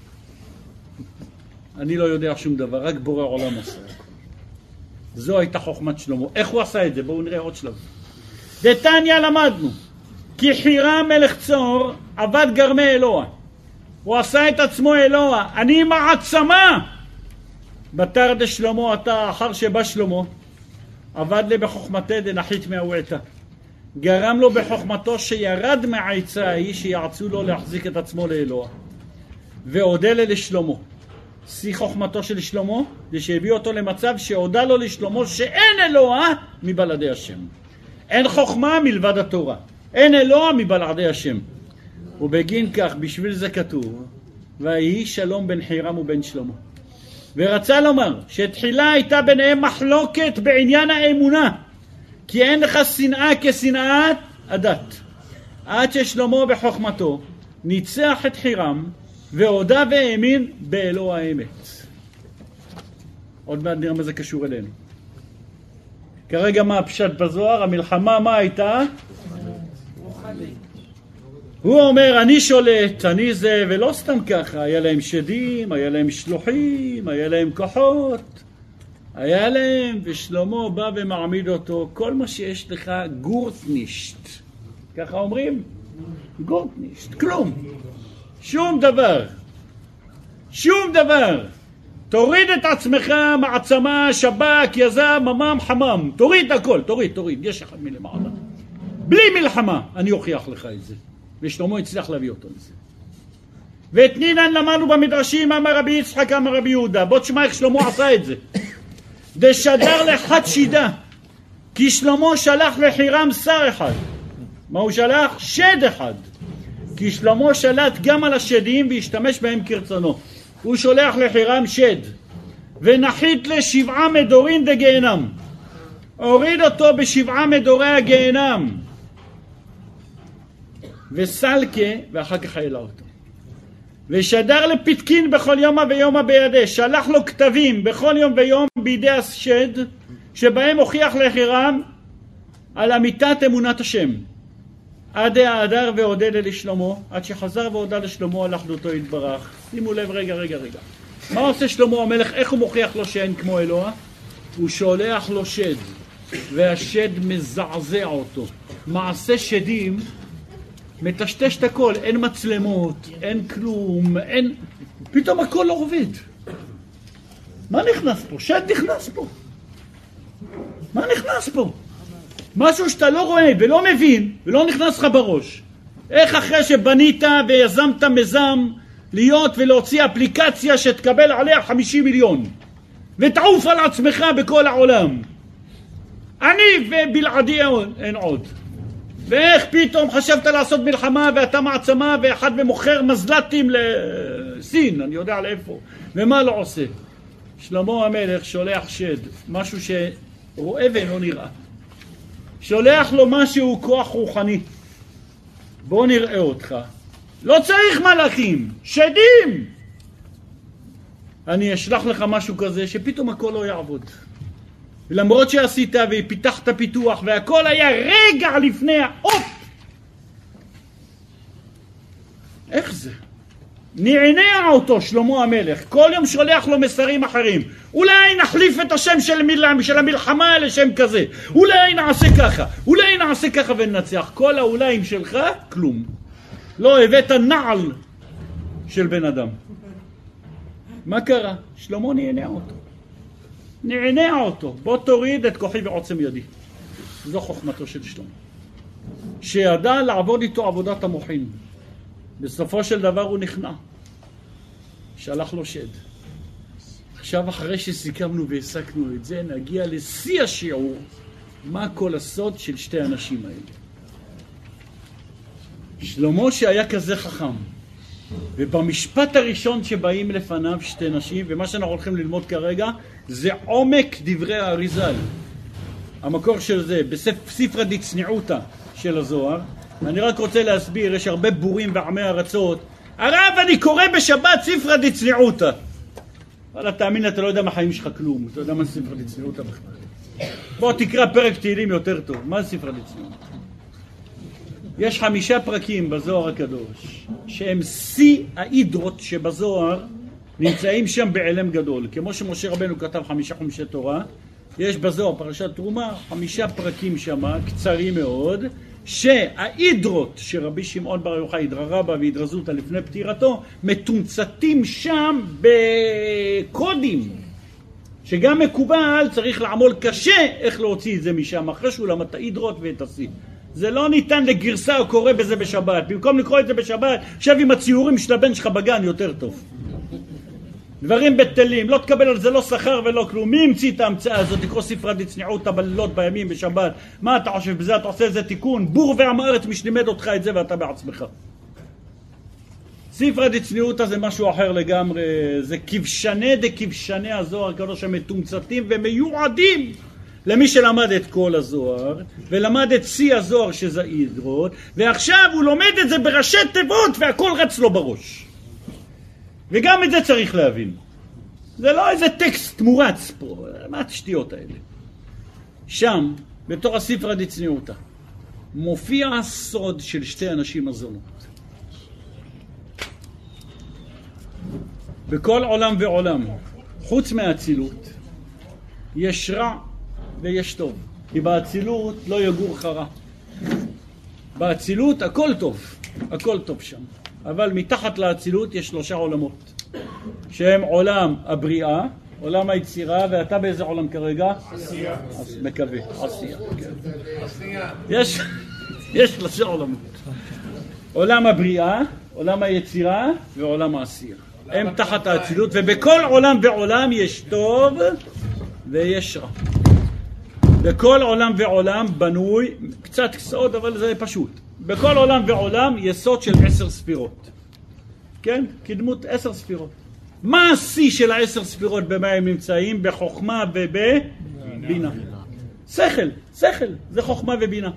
אני לא יודע שום דבר, רק בורא עולם עושה. זו הייתה חוכמת שלמה. איך הוא עשה את זה? בואו נראה עוד שלב. דתניא למדנו, כי חירם מלך צור עבד גרמי אלוה. הוא עשה את עצמו אלוה. אני מעצמה. בתר דשלמה אתה, אחר שבא שלמה, עבד לי בחוכמתה דנחית מהועתה. גרם לו בחוכמתו שירד מהעצה ההיא שיעצו לו להחזיק את עצמו לאלוה. והודה לי לשלמה. שיא חוכמתו של שלמה, זה שהביא אותו למצב שהודה לו לשלמה שאין אלוה מבלעדי השם. אין חוכמה מלבד התורה. אין אלוה מבלעדי השם. ובגין כך, בשביל זה כתוב, ויהי שלום בין חירם ובין שלמה. ורצה לומר שתחילה הייתה ביניהם מחלוקת בעניין האמונה, כי אין לך שנאה כשנאת הדת. עד ששלמה בחוכמתו ניצח את חירם והודה והאמין באלוה האמת. עוד מעט נראה מה זה קשור אלינו. כרגע מה הפשט בזוהר? המלחמה מה הייתה? הוא אומר אני שולט, אני זה, ולא סתם ככה. היה להם שדים, היה להם שלוחים, היה להם כוחות, היה להם, ושלמה בא ומעמיד אותו. כל מה שיש לך גורטנישט, ככה אומרים? גורטנישט, כלום, שום דבר, שום דבר. תוריד את עצמך, מעצמה, שבק, יזם, ממם, חמם, תוריד הכל, תוריד, תוריד, יש אחד מלמעלה, בלי מלחמה. אני אוכיח לך את זה. ושלמה הצליח להביא אותו לזה. ואת נינן למדנו במדרשים, אמר רבי יצחק, אמר רבי יהודה. בוא תשמע איך שלמה עשה את זה. דשדר לחד שידה, כי שלמה שלח לחירם שר אחד. מה הוא שלח? שד אחד. כי שלמה שלט גם על השדים והשתמש בהם כרצונו. הוא שולח לחירם שד, ונחית לשבעה מדורין דגיהנם. הוריד אותו בשבעה מדורי הגיהנם, וסלקה, ואחר כך העלה אותו. ושדר לפתקין בכל יום ויום בידי, שלח לו כתבים בכל יום ויום בידי השד, שבהם הוכיח לחירם על אמיתת אמונת השם. עד העדר והודה לשלמה, עד שחזר והודה לשלמה על אחדותו יתברך. שימו לב, רגע, רגע, רגע. מה עושה שלמה המלך? איך הוא מוכיח לו שאין כמו אלוה? הוא שולח לו שד, והשד מזעזע אותו. מעשה שדים מטשטש את הכל, אין מצלמות, אין כלום, אין... פתאום הכל לא עובד. מה נכנס פה? שד נכנס פה. מה נכנס פה? משהו שאתה לא רואה ולא מבין ולא נכנס לך בראש. איך אחרי שבנית ויזמת מזם להיות ולהוציא אפליקציה שתקבל עליה חמישים מיליון ותעוף על עצמך בכל העולם, אני ובלעדי אין עוד, ואיך פתאום חשבת לעשות מלחמה ואתה מעצמה ואחד ממוכר מזלטים לסין, אני יודע לאיפה, ומה לא עושה? שלמה המלך שולח שד, משהו שרואה ואינו נראה, שולח לו משהו כוח רוחני. בוא נראה אותך, לא צריך מלאכים, שדים. אני אשלח לך משהו כזה שפתאום הכל לא יעבוד, ולמרות שעשית ופיתחת פיתוח והכל היה רגע לפני האופ. איך זה? נענע אותו שלמה המלך, כל יום שולח לו מסרים אחרים. אולי נחליף את השם של, מיל... של המלחמה לשם כזה, אולי נעשה ככה, אולי נעשה ככה וננצח. כל האוליים שלך כלום, לא הבאת נעל של בן אדם. מה קרה? שלמה נענע אותו, נענע אותו. בוא תוריד את כוחי ועוצם ידי. זו חוכמתו של שלמה, שידע לעבוד איתו עבודת המוחין. בסופו של דבר הוא נכנע. שלח לו שד. עכשיו אחרי שסיכמנו והסקנו את זה, נגיע לשיא השיעור, מה כל הסוד של שתי אנשים האלה. שלמה שהיה כזה חכם, ובמשפט הראשון שבאים לפניו שתי נשים, ומה שאנחנו הולכים ללמוד כרגע, זה עומק דברי האריזל. המקור של זה, בספרא דצניעותא של הזוהר. אני רק רוצה להסביר, יש הרבה בורים ועמי ארצות, הרב אני קורא בשבת ספרא דצניעותא. אבל תאמין, אתה לא יודע מה חיים שלך כלום, אתה יודע מה ספרא דצניעותא בכלל. בוא תקרא פרק תהילים יותר טוב, מה ספרא דצניעותא? יש חמישה פרקים בזוהר הקדוש, שהם שיא האידרות שבזוהר נמצאים שם בעלם גדול. כמו שמשה רבנו כתב חמישה חומשי תורה, יש בזוהר פרשת תרומה, חמישה פרקים שם, קצרים מאוד, שהאידרות שרבי שמעון בר יוחאי הדרה רבה והדרזותא לפני פטירתו, מתומצתים שם בקודים, שגם מקובל צריך לעמול קשה איך להוציא את זה משם, אחרי שהוא למד את האידרות ואת השיא. זה לא ניתן לגרסה או קורא בזה בשבת. במקום לקרוא את זה בשבת, שב עם הציורים של הבן שלך בגן יותר טוב. דברים בטלים, לא תקבל על זה לא שכר ולא כלום. מי המציא את ההמצאה הזאת? לקרוא ספרא דצניעותא בלילות בימים בשבת. מה אתה חושב? בזה אתה עושה איזה תיקון? בור ועם הארץ מי שלימד אותך את זה ואתה בעצמך. ספרא דצניעותא זה משהו אחר לגמרי. זה כבשני דכבשני הזוהר הקדוש המתומצתים ומיועדים למי שלמד את כל הזוהר, ולמד את שיא הזוהר שזה אידרות, ועכשיו הוא לומד את זה בראשי תיבות, והכל רץ לו בראש. וגם את זה צריך להבין. זה לא איזה טקסט מורץ פה, מה התשתיות האלה? שם, בתור הספרא דצניעותא, מופיע הסוד של שתי אנשים הזונות. בכל עולם ועולם, חוץ מהאצילות, יש רע, ויש טוב, כי באצילות לא יגור חרא. באצילות הכל טוב, הכל טוב שם. אבל מתחת לאצילות יש שלושה עולמות, שהם עולם הבריאה, עולם היצירה, ואתה באיזה עולם כרגע? עשייה. מקווה, עשייה. עשייה. יש, יש שלושה עולמות. עולם הבריאה, עולם היצירה ועולם העשייה. הם תחת האצילות, ובכל עולם ועולם יש טוב ויש רע. בכל עולם ועולם בנוי, קצת סוד אבל זה פשוט, בכל עולם ועולם יסוד של עשר ספירות, כן? כדמות עשר ספירות. מה השיא של העשר ספירות? במה הם נמצאים? בחוכמה ובבינה. שכל, שכל, זה חוכמה ובינה.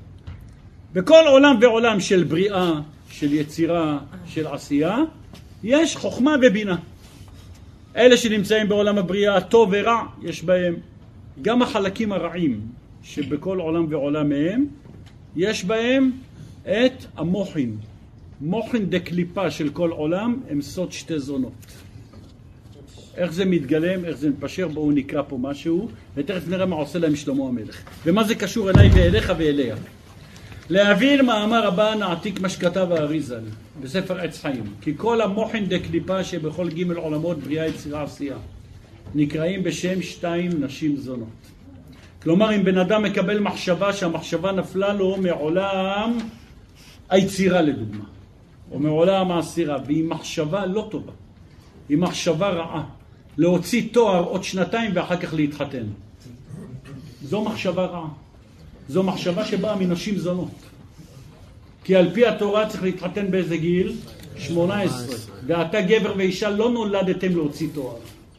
בכל עולם ועולם של בריאה, של יצירה, של עשייה, יש חוכמה ובינה. אלה שנמצאים בעולם הבריאה, טוב ורע, יש בהם. גם החלקים הרעים שבכל עולם ועולם מהם, יש בהם את המוחין. מוחין דקליפה של כל עולם הם סוד שתי זונות. איך זה מתגלם, איך זה מתפשר, בואו נקרא פה משהו, ותכף נראה מה עושה להם שלמה המלך. ומה זה קשור אליי ואליך ואליה. להבין מאמר הבא נעתיק מה שכתב האריזל בספר עץ חיים. כי כל המוחין דקליפה שבכל ג' עולמות בריאה יצירה עשייה, נקראים בשם שתיים נשים זונות. כלומר, אם בן אדם מקבל מחשבה שהמחשבה נפלה לו מעולם היצירה לדוגמה, או מעולם העשירה, והיא מחשבה לא טובה, היא מחשבה רעה, להוציא תואר עוד שנתיים ואחר כך להתחתן, זו מחשבה רעה. זו מחשבה שבאה מנשים זונות. כי על פי התורה צריך להתחתן באיזה גיל? שמונה עשרה. ואתה גבר ואישה לא נולדתם להוציא תואר.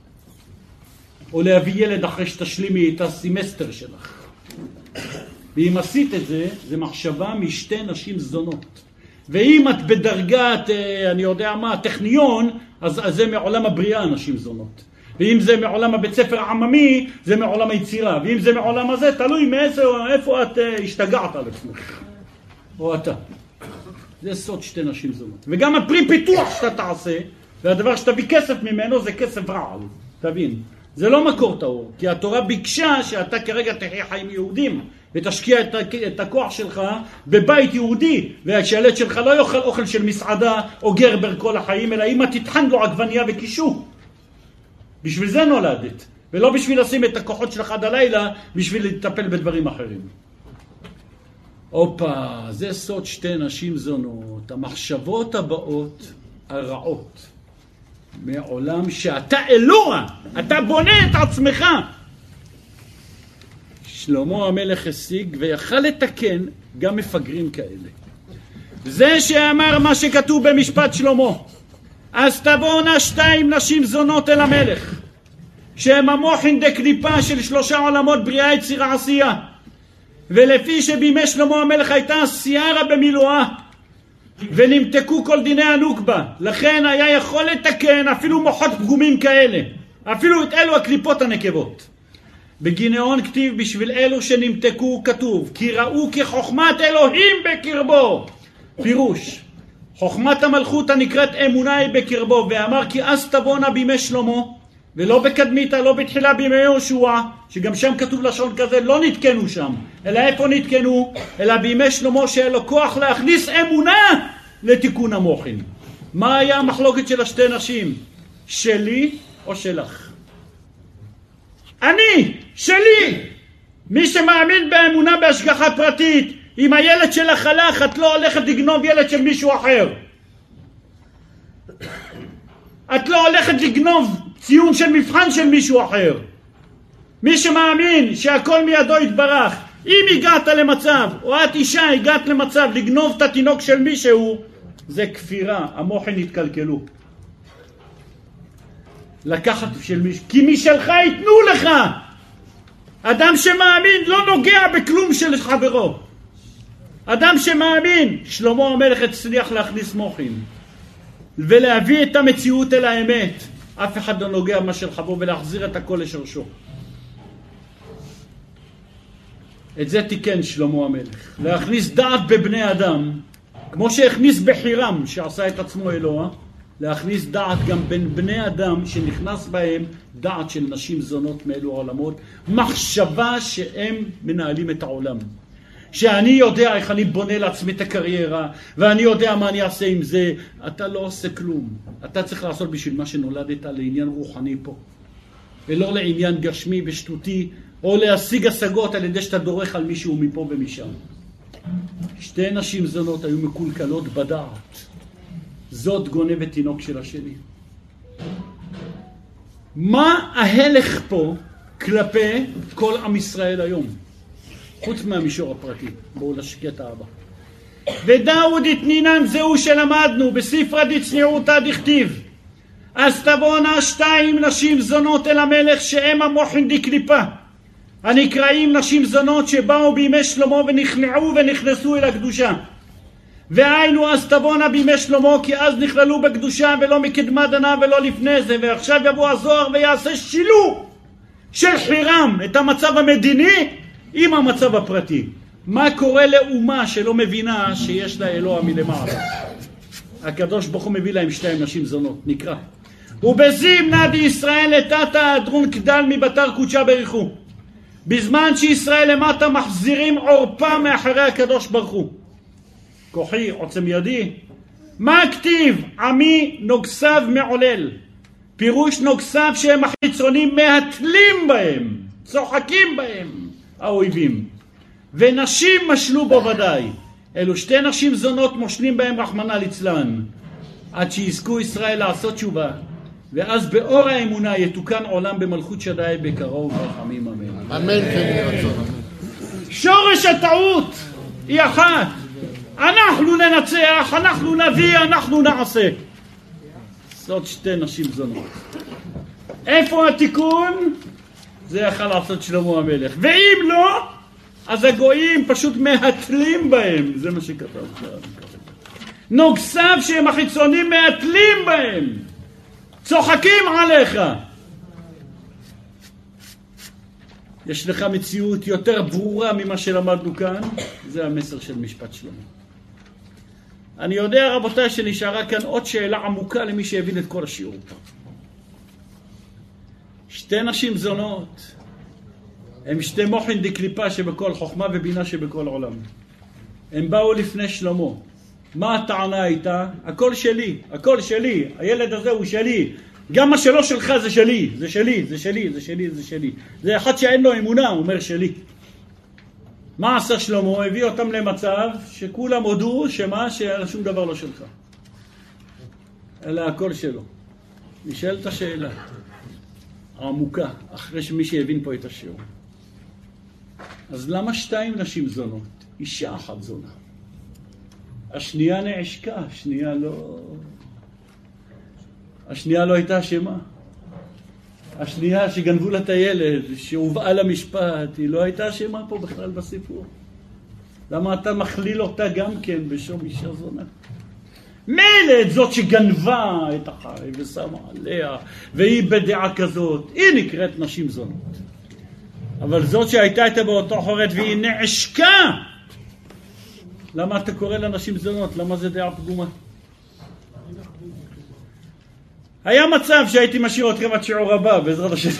או להביא ילד אחרי שתשלימי את הסמסטר שלך. ואם עשית את זה, זה מחשבה משתי נשים זונות. ואם את בדרגת, אני יודע מה, טכניון, אז, אז זה מעולם הבריאה נשים זונות. ואם זה מעולם הבית ספר העממי, זה מעולם היצירה. ואם זה מעולם הזה, תלוי מאיזה, איפה את השתגעת על עצמך. או אתה. זה סוד שתי נשים זונות. וגם הפרי פיתוח שאתה תעשה, והדבר שתביא כסף ממנו זה כסף רעל. תבין. זה לא מקור טהור, כי התורה ביקשה שאתה כרגע תחיה חיים יהודים, ותשקיע את, את הכוח שלך בבית יהודי, והשילד שלך לא יאכל אוכל של מסעדה או גרבר כל החיים, אלא אמא תטחן לו עגבניה וקישו. בשביל זה נולדת, ולא בשביל לשים את הכוחות שלך עד הלילה, בשביל לטפל בדברים אחרים. אופה, זה סוד שתי נשים זונות, המחשבות הבאות הרעות מעולם שאתה אלוה, אתה בונה את עצמך. שלמה המלך השיג ויכל לתקן גם מפגרים כאלה. זה שאמר מה שכתוב במשפט שלמה, אז תבואנה שתיים נשים זונות אל המלך, שהם המוחין דקליפה של שלושה עולמות בריאה יצירה עשייה, ולפי שבימי שלמה המלך הייתה סיירה במילואה ונמתקו כל דיני הנוקבה, לכן היה יכול לתקן אפילו מוחות פגומים כאלה, אפילו את אלו הקליפות הנקבות. בגיניון כתיב בשביל אלו שנמתקו כתוב כי ראו כחוכמת אלוהים בקרבו. פירוש, חוכמת המלכות הנקראת אמונה היא בקרבו, ואמר כי אז תבואנה בימי שלמה, ולא בקדמיתה, לא בתחילה בימי יהושע, שגם שם כתוב לשון כזה, לא נתקנו שם, אלא איפה נתקנו? אלא בימי שלמה שהיה לו כוח להכניס אמונה לתיקון המוחין. מה היה המחלוקת של השתי נשים? שלי או שלך? אני, שלי. מי שמאמין באמונה בהשגחה פרטית, אם הילד שלך הלך, את לא הולכת לגנוב ילד של מישהו אחר. את לא הולכת לגנוב ציון של מבחן של מישהו אחר. מי שמאמין שהכל מידו יתברך, אם הגעת למצב, או את אישה הגעת למצב לגנוב את התינוק של מישהו, זה כפירה, המוחין יתקלקלו. לקחת של מישהו, כי משלך ייתנו לך. אדם שמאמין לא נוגע בכלום של חברו. אדם שמאמין, שלמה המלך הצליח להכניס מוחין ולהביא את המציאות אל האמת. אף אחד לא נוגע מה של חברו ולהחזיר את הכל לשורשו. את זה תיקן שלמה המלך, להכניס דעת בבני אדם, כמו שהכניס בחירם שעשה את עצמו אלוה, להכניס דעת גם בין בני אדם שנכנס בהם דעת של נשים זונות מאלו העולמות, מחשבה שהם מנהלים את העולם. שאני יודע איך אני בונה לעצמי את הקריירה, ואני יודע מה אני אעשה עם זה. אתה לא עושה כלום. אתה צריך לעשות בשביל מה שנולדת לעניין רוחני פה, ולא לעניין גשמי ושטותי, או להשיג השגות על ידי שאתה דורך על מישהו מפה ומשם. שתי נשים זונות היו מקולקלות בדעת. זאת גונבת תינוק של השני. מה ההלך פה כלפי כל עם ישראל היום? חוץ מהמישור הפרטי. בואו לשקט הבא. ודאוד התנינן זהו שלמדנו בספרא דצניעותא דכתיב אז תבואנה שתיים נשים זונות אל המלך שהם המוחין דקליפה, הנקראים נשים זונות שבאו בימי שלמה ונכנעו ונכנסו אל הקדושה. והיינו אז תבואנה בימי שלמה כי אז נכללו בקדושה ולא מקדמה דנה ולא לפני זה. ועכשיו יבוא הזוהר ויעשה שילוב של חירם את המצב המדיני עם המצב הפרטי. מה קורה לאומה שלא מבינה שיש לה אלוה מלמעלה? הקדוש ברוך הוא מביא להם שתיים נשים זונות. נקרא ובזימנה דישראל לטאטה אדרון קדל מבתר קודשה בריחו. בזמן שישראל למטה מחזירים עורפה מאחרי הקדוש ברוך הוא. כוחי עוצם ידי. מה הכתיב? עמי נוגסיו מעולל. פירוש נוגסיו שהם החיצונים מהתלים בהם, צוחקים בהם האויבים. ונשים משלו בו ודאי. אלו שתי נשים זונות מושלים בהם רחמנא ליצלן, עד שיזכו ישראל לעשות תשובה, ואז באור האמונה יתוקן עולם במלכות שדי בקרוב ורחמים אמן. אמן כן יהי רצון. שורש הטעות היא אחת. אנחנו ננצח, אנחנו נביא, אנחנו נעשה. זאת שתי נשים זונות. איפה התיקון? זה יכל לעשות שלמה המלך. ואם לא, אז הגויים פשוט מהתלים בהם. זה מה שכתב שם. נוגסיו שהם החיצונים מהתלים בהם, צוחקים עליך. יש לך מציאות יותר ברורה ממה שלמדנו כאן. זה המסר של משפט שלמה. אני יודע רבותיי שנשארה כאן עוד שאלה עמוקה למי שהבין את כל השיעור. שתי נשים זונות הם שתי מוחין דקליפה שבכל חוכמה ובינה שבכל עולם. הם באו לפני שלמה. מה הטענה הייתה? הכל שלי, הכל שלי, הילד הזה הוא שלי, גם מה שלא שלך זה שלי, זה שלי, זה שלי, זה שלי, זה שלי. זה אחד שאין לו אמונה, הוא אומר שלי. מה עשה שלמה? הביא אותם למצב שכולם הודו שמה? ששום דבר לא שלך. אלא הכל שלו. נשאלת השאלה העמוקה, אחרי שמי שהבין פה את השיעור. אז למה שתיים נשים זונות? אישה אחת זונה. השנייה נעשקה, השנייה לא... השנייה לא הייתה אשמה. השנייה שגנבו לה את הילד, שהובאה למשפט, היא לא הייתה אשמה פה בכלל בסיפור. למה אתה מכליל אותה גם כן בשום אישה זונה? מילא את זאת שגנבה את החי ושמה עליה, והיא בדעה כזאת, היא נקראת נשים זונות. אבל זאת שהייתה איתה באותו חורת והיא נעשקה, למה אתה קורא לנשים זונות? למה זה דעה פגומה? היה מצב שהייתי משאיר אתכם עד שיעור הבא, בעזרת השם.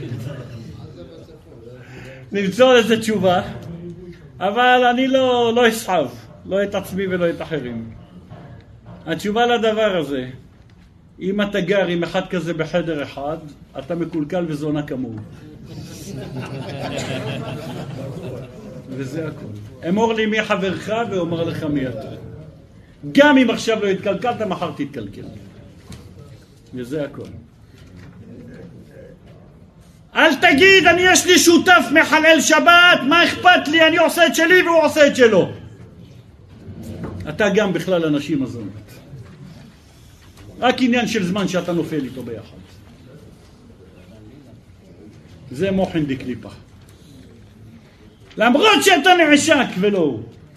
נמצוא לזה תשובה, אבל אני לא, לא אסחב, לא את עצמי ולא את אחרים. התשובה לדבר הזה, אם אתה גר עם אחד כזה בחדר אחד, אתה מקולקל וזונה כמוהו. וזה הכל. אמור לי מי חברך ואומר לך מי אתה. גם אם עכשיו לא התקלקלת, מחר תתקלקל. וזה הכל. אל תגיד, אני יש לי שותף מחלל שבת, מה אכפת לי? אני עושה את שלי והוא עושה את שלו. אתה גם בכלל אנשים הזונות. רק עניין של זמן שאתה נופל איתו ביחד. זה מוחין דקליפה. למרות שאתה נעשק ולא.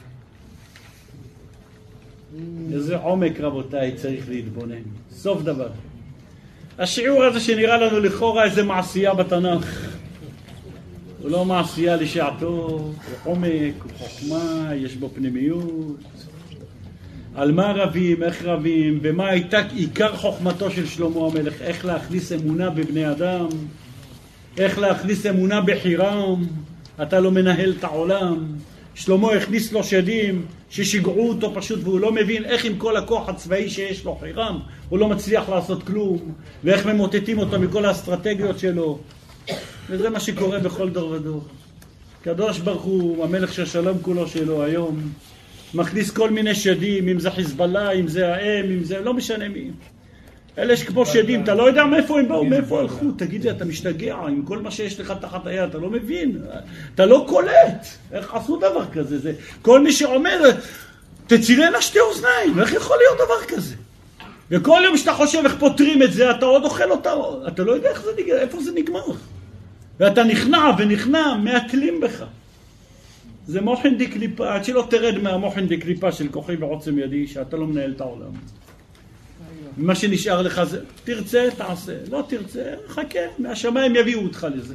איזה עומק רבותיי צריך להתבונן. סוף דבר. השיעור הזה שנראה לנו לכאורה איזה מעשייה בתנ"ך. הוא לא מעשייה לשעתו, הוא עומק, הוא חוכמה, יש בו פנימיות. על מה רבים, איך רבים, ומה הייתה עיקר חוכמתו של שלמה המלך, איך להכניס אמונה בבני אדם, איך להכניס אמונה בחירם, אתה לא מנהל את העולם. שלמה הכניס לו שדים ששיגעו אותו פשוט, והוא לא מבין איך עם כל הכוח הצבאי שיש לו חירם, הוא לא מצליח לעשות כלום, ואיך ממוטטים אותו מכל האסטרטגיות שלו. וזה מה שקורה בכל דור ודור. קדוש ברוך הוא, המלך של שלום כולו שלו היום, מכניס כל מיני שדים, אם זה חיזבאללה, אם זה האם, אם זה, לא משנה מי. אלה שכמו שדים, אתה לא יודע מאיפה הם באו, מאיפה הלכו. תגיד לי, אתה משתגע עם כל מה שיש לך תחת היד, אתה לא מבין, אתה לא קולט. איך עשו דבר כזה? זה כל מי שאומר, תצילנה שתי אוזניים, איך יכול להיות דבר כזה? וכל יום שאתה חושב איך פותרים את זה, אתה עוד אוכל אותה, אתה לא יודע איך זה נגמר, איפה זה נגמר. ואתה נכנע ונכנע, מעטלים בך. זה מוחין דקליפה, עד שלא תרד מהמוחין דקליפה של כוחי ועוצם ידי, שאתה לא מנהל את העולם. מה שנשאר לך זה, תרצה, תעשה, לא תרצה, חכה, מהשמיים יביאו אותך לזה.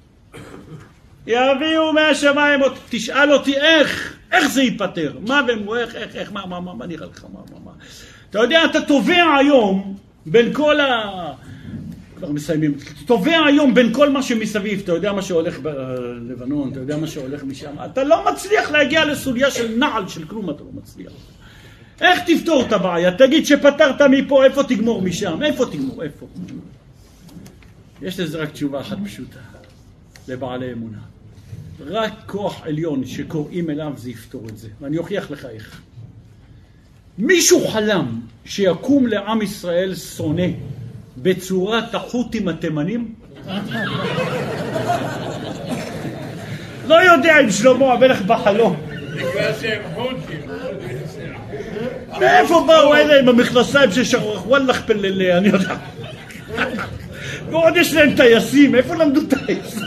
יביאו מהשמיים, תשאל אותי איך, איך זה ייפטר, מה ומו, איך, איך, איך, מה, מה, מה, מה נראה לך, מה, מה, מה. אתה יודע, אתה תובע היום בין כל ה... כבר מסיימים, תובע היום בין כל מה שמסביב, אתה יודע מה שהולך בלבנון, אתה יודע מה שהולך משם, אתה לא מצליח להגיע לסוגיה של נעל, של כלום אתה לא מצליח. איך תפתור את הבעיה? תגיד שפתרת מפה, איפה תגמור משם? איפה תגמור? איפה? יש לזה רק תשובה אחת פשוטה, לבעלי אמונה. רק כוח עליון שקוראים אליו זה יפתור את זה, ואני אוכיח לך איך. מישהו חלם שיקום לעם ישראל שונא בצורת החות'ים התימנים? לא יודע אם שלמה המלך בחלום. בגלל שהם חות'ים. מאיפה באו אלה עם המכנסיים ששרוך? וואלך פללה, אני יודע. ועוד יש להם טייסים, איפה למדו טייסים?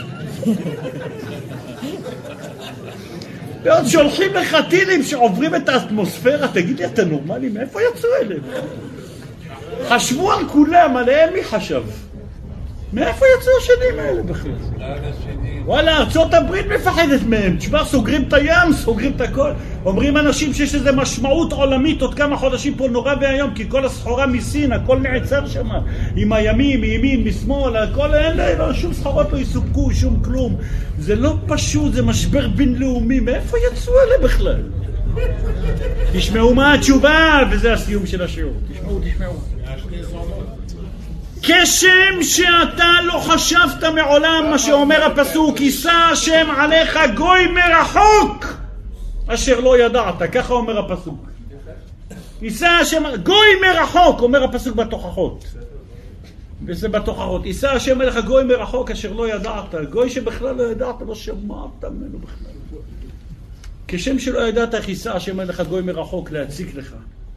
ועוד שולחים לך טילים שעוברים את האטמוספירה, תגיד לי, אתה נורמלי? מאיפה יצאו אלה? חשבו על כולם, עליהם מי חשב? מאיפה יצאו השדים האלה בכלל? וואלה, ארצות הברית מפחדת מהם. תשמע, סוגרים את הים, סוגרים את הכל. אומרים אנשים שיש איזו משמעות עולמית עוד כמה חודשים פה נורא והיום, כי כל הסחורה מסין, הכל נעצר שם. עם הימים, מימין, משמאל, הכל אין להם, שום סחורות לא יסופקו, שום כלום. זה לא פשוט, זה משבר בינלאומי. מאיפה יצאו אלה בכלל? תשמעו מה התשובה, וזה הסיום של השיעור. תשמעו, תשמעו. כשם שאתה לא חשבת מעולם, מה שאומר הפסוק, יישא השם עליך גוי מרחוק, אשר לא ידעת, ככה אומר הפסוק. יישא השם, גוי מרחוק, אומר הפסוק בתוכחות. וזה בתוכחות. יישא השם אליך גוי מרחוק אשר לא ידעת, גוי שבכלל לא ידעת, לא שמעת ממנו בכלל. כשם שלא ידעת איך יישא השם אליך גוי מרחוק להציק לך.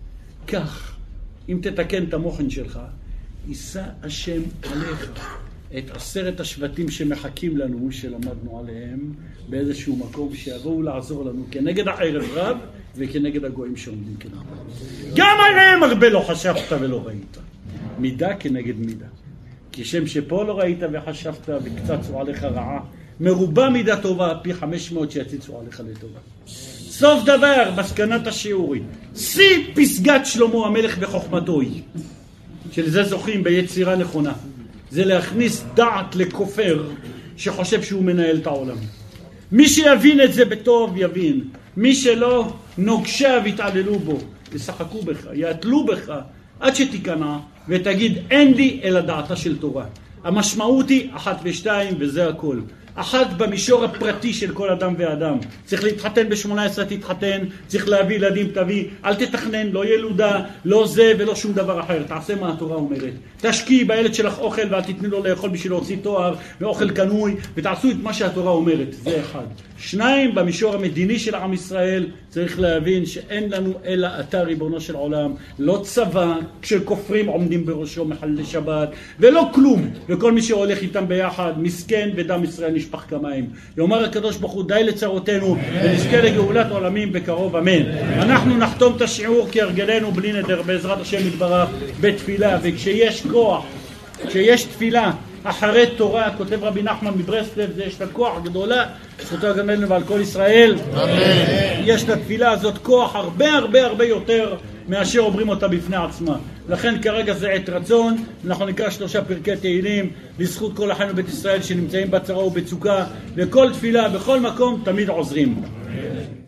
כך, אם תתקן את המוחן שלך, יישא השם עליך את עשרת השבטים שמחכים לנו, שלמדנו עליהם, באיזשהו מקום שיבואו לעזור לנו כנגד הערב רב וכנגד הגויים שעומדים כנגד. גם עליהם הרבה לא חשבת ולא ראית. מידה כנגד מידה. כשם שפה לא ראית וחשבת וקצצו עליך רעה, מרובה מידה טובה, פי חמש מאות שיציצו עליך לטובה. סוף דבר, בסקנת השיעורי. שיא פסגת שלמה המלך בחוכמתו היא. שלזה זוכים ביצירה נכונה. זה להכניס דעת לכופר שחושב שהוא מנהל את העולם. מי שיבין את זה בטוב יבין. מי שלא, נוגשיו יתעללו בו, ישחקו בך, יעטלו בך, עד שתיכנע ותגיד אין לי אלא דעתה של תורה. המשמעות היא אחת ושתיים וזה הכל. אחת במישור הפרטי של כל אדם ואדם. צריך להתחתן ב-שמונה עשרה, תתחתן, צריך להביא ילדים, תביא, אל תתכנן, לא ילודה, לא זה ולא שום דבר אחר. תעשה מה התורה אומרת. תשקיעי בילד שלך אוכל ואל תתני לו לאכול בשביל להוציא תואר ואוכל קנוי, ותעשו את מה שהתורה אומרת. זה אחד. שניים, במישור המדיני של עם ישראל, צריך להבין שאין לנו אלא אתה ריבונו של עולם, לא צבא, כשכופרים עומדים בראשו מחלל שבת, ולא כלום. וכל מי שהולך איתם ביחד, מסכן ודם ישראל נשפך כמים. יאמר הקדוש ברוך הוא די לצרותינו ונזכה לגאולת עולמים בקרוב, אמן. אנחנו נחתום את השיעור כהרגלנו בלי נדר בעזרת השם יתברך בתפילה. וכשיש כוח, כשיש תפילה אחרי תורה, כותב רבי נחמן מברסלב, זה יש לה כוח גדולה, זכותו הגמלנו ועל כל ישראל, אמן. יש לתפילה הזאת כוח הרבה הרבה הרבה יותר מאשר עוברים אותה בפני עצמה. לכן כרגע זה עת רצון, אנחנו נקרא שלושה פרקי תהילים לזכות כל אחינו בית ישראל שנמצאים בצרה ובצוקה, וכל תפילה בכל מקום תמיד עוזרים.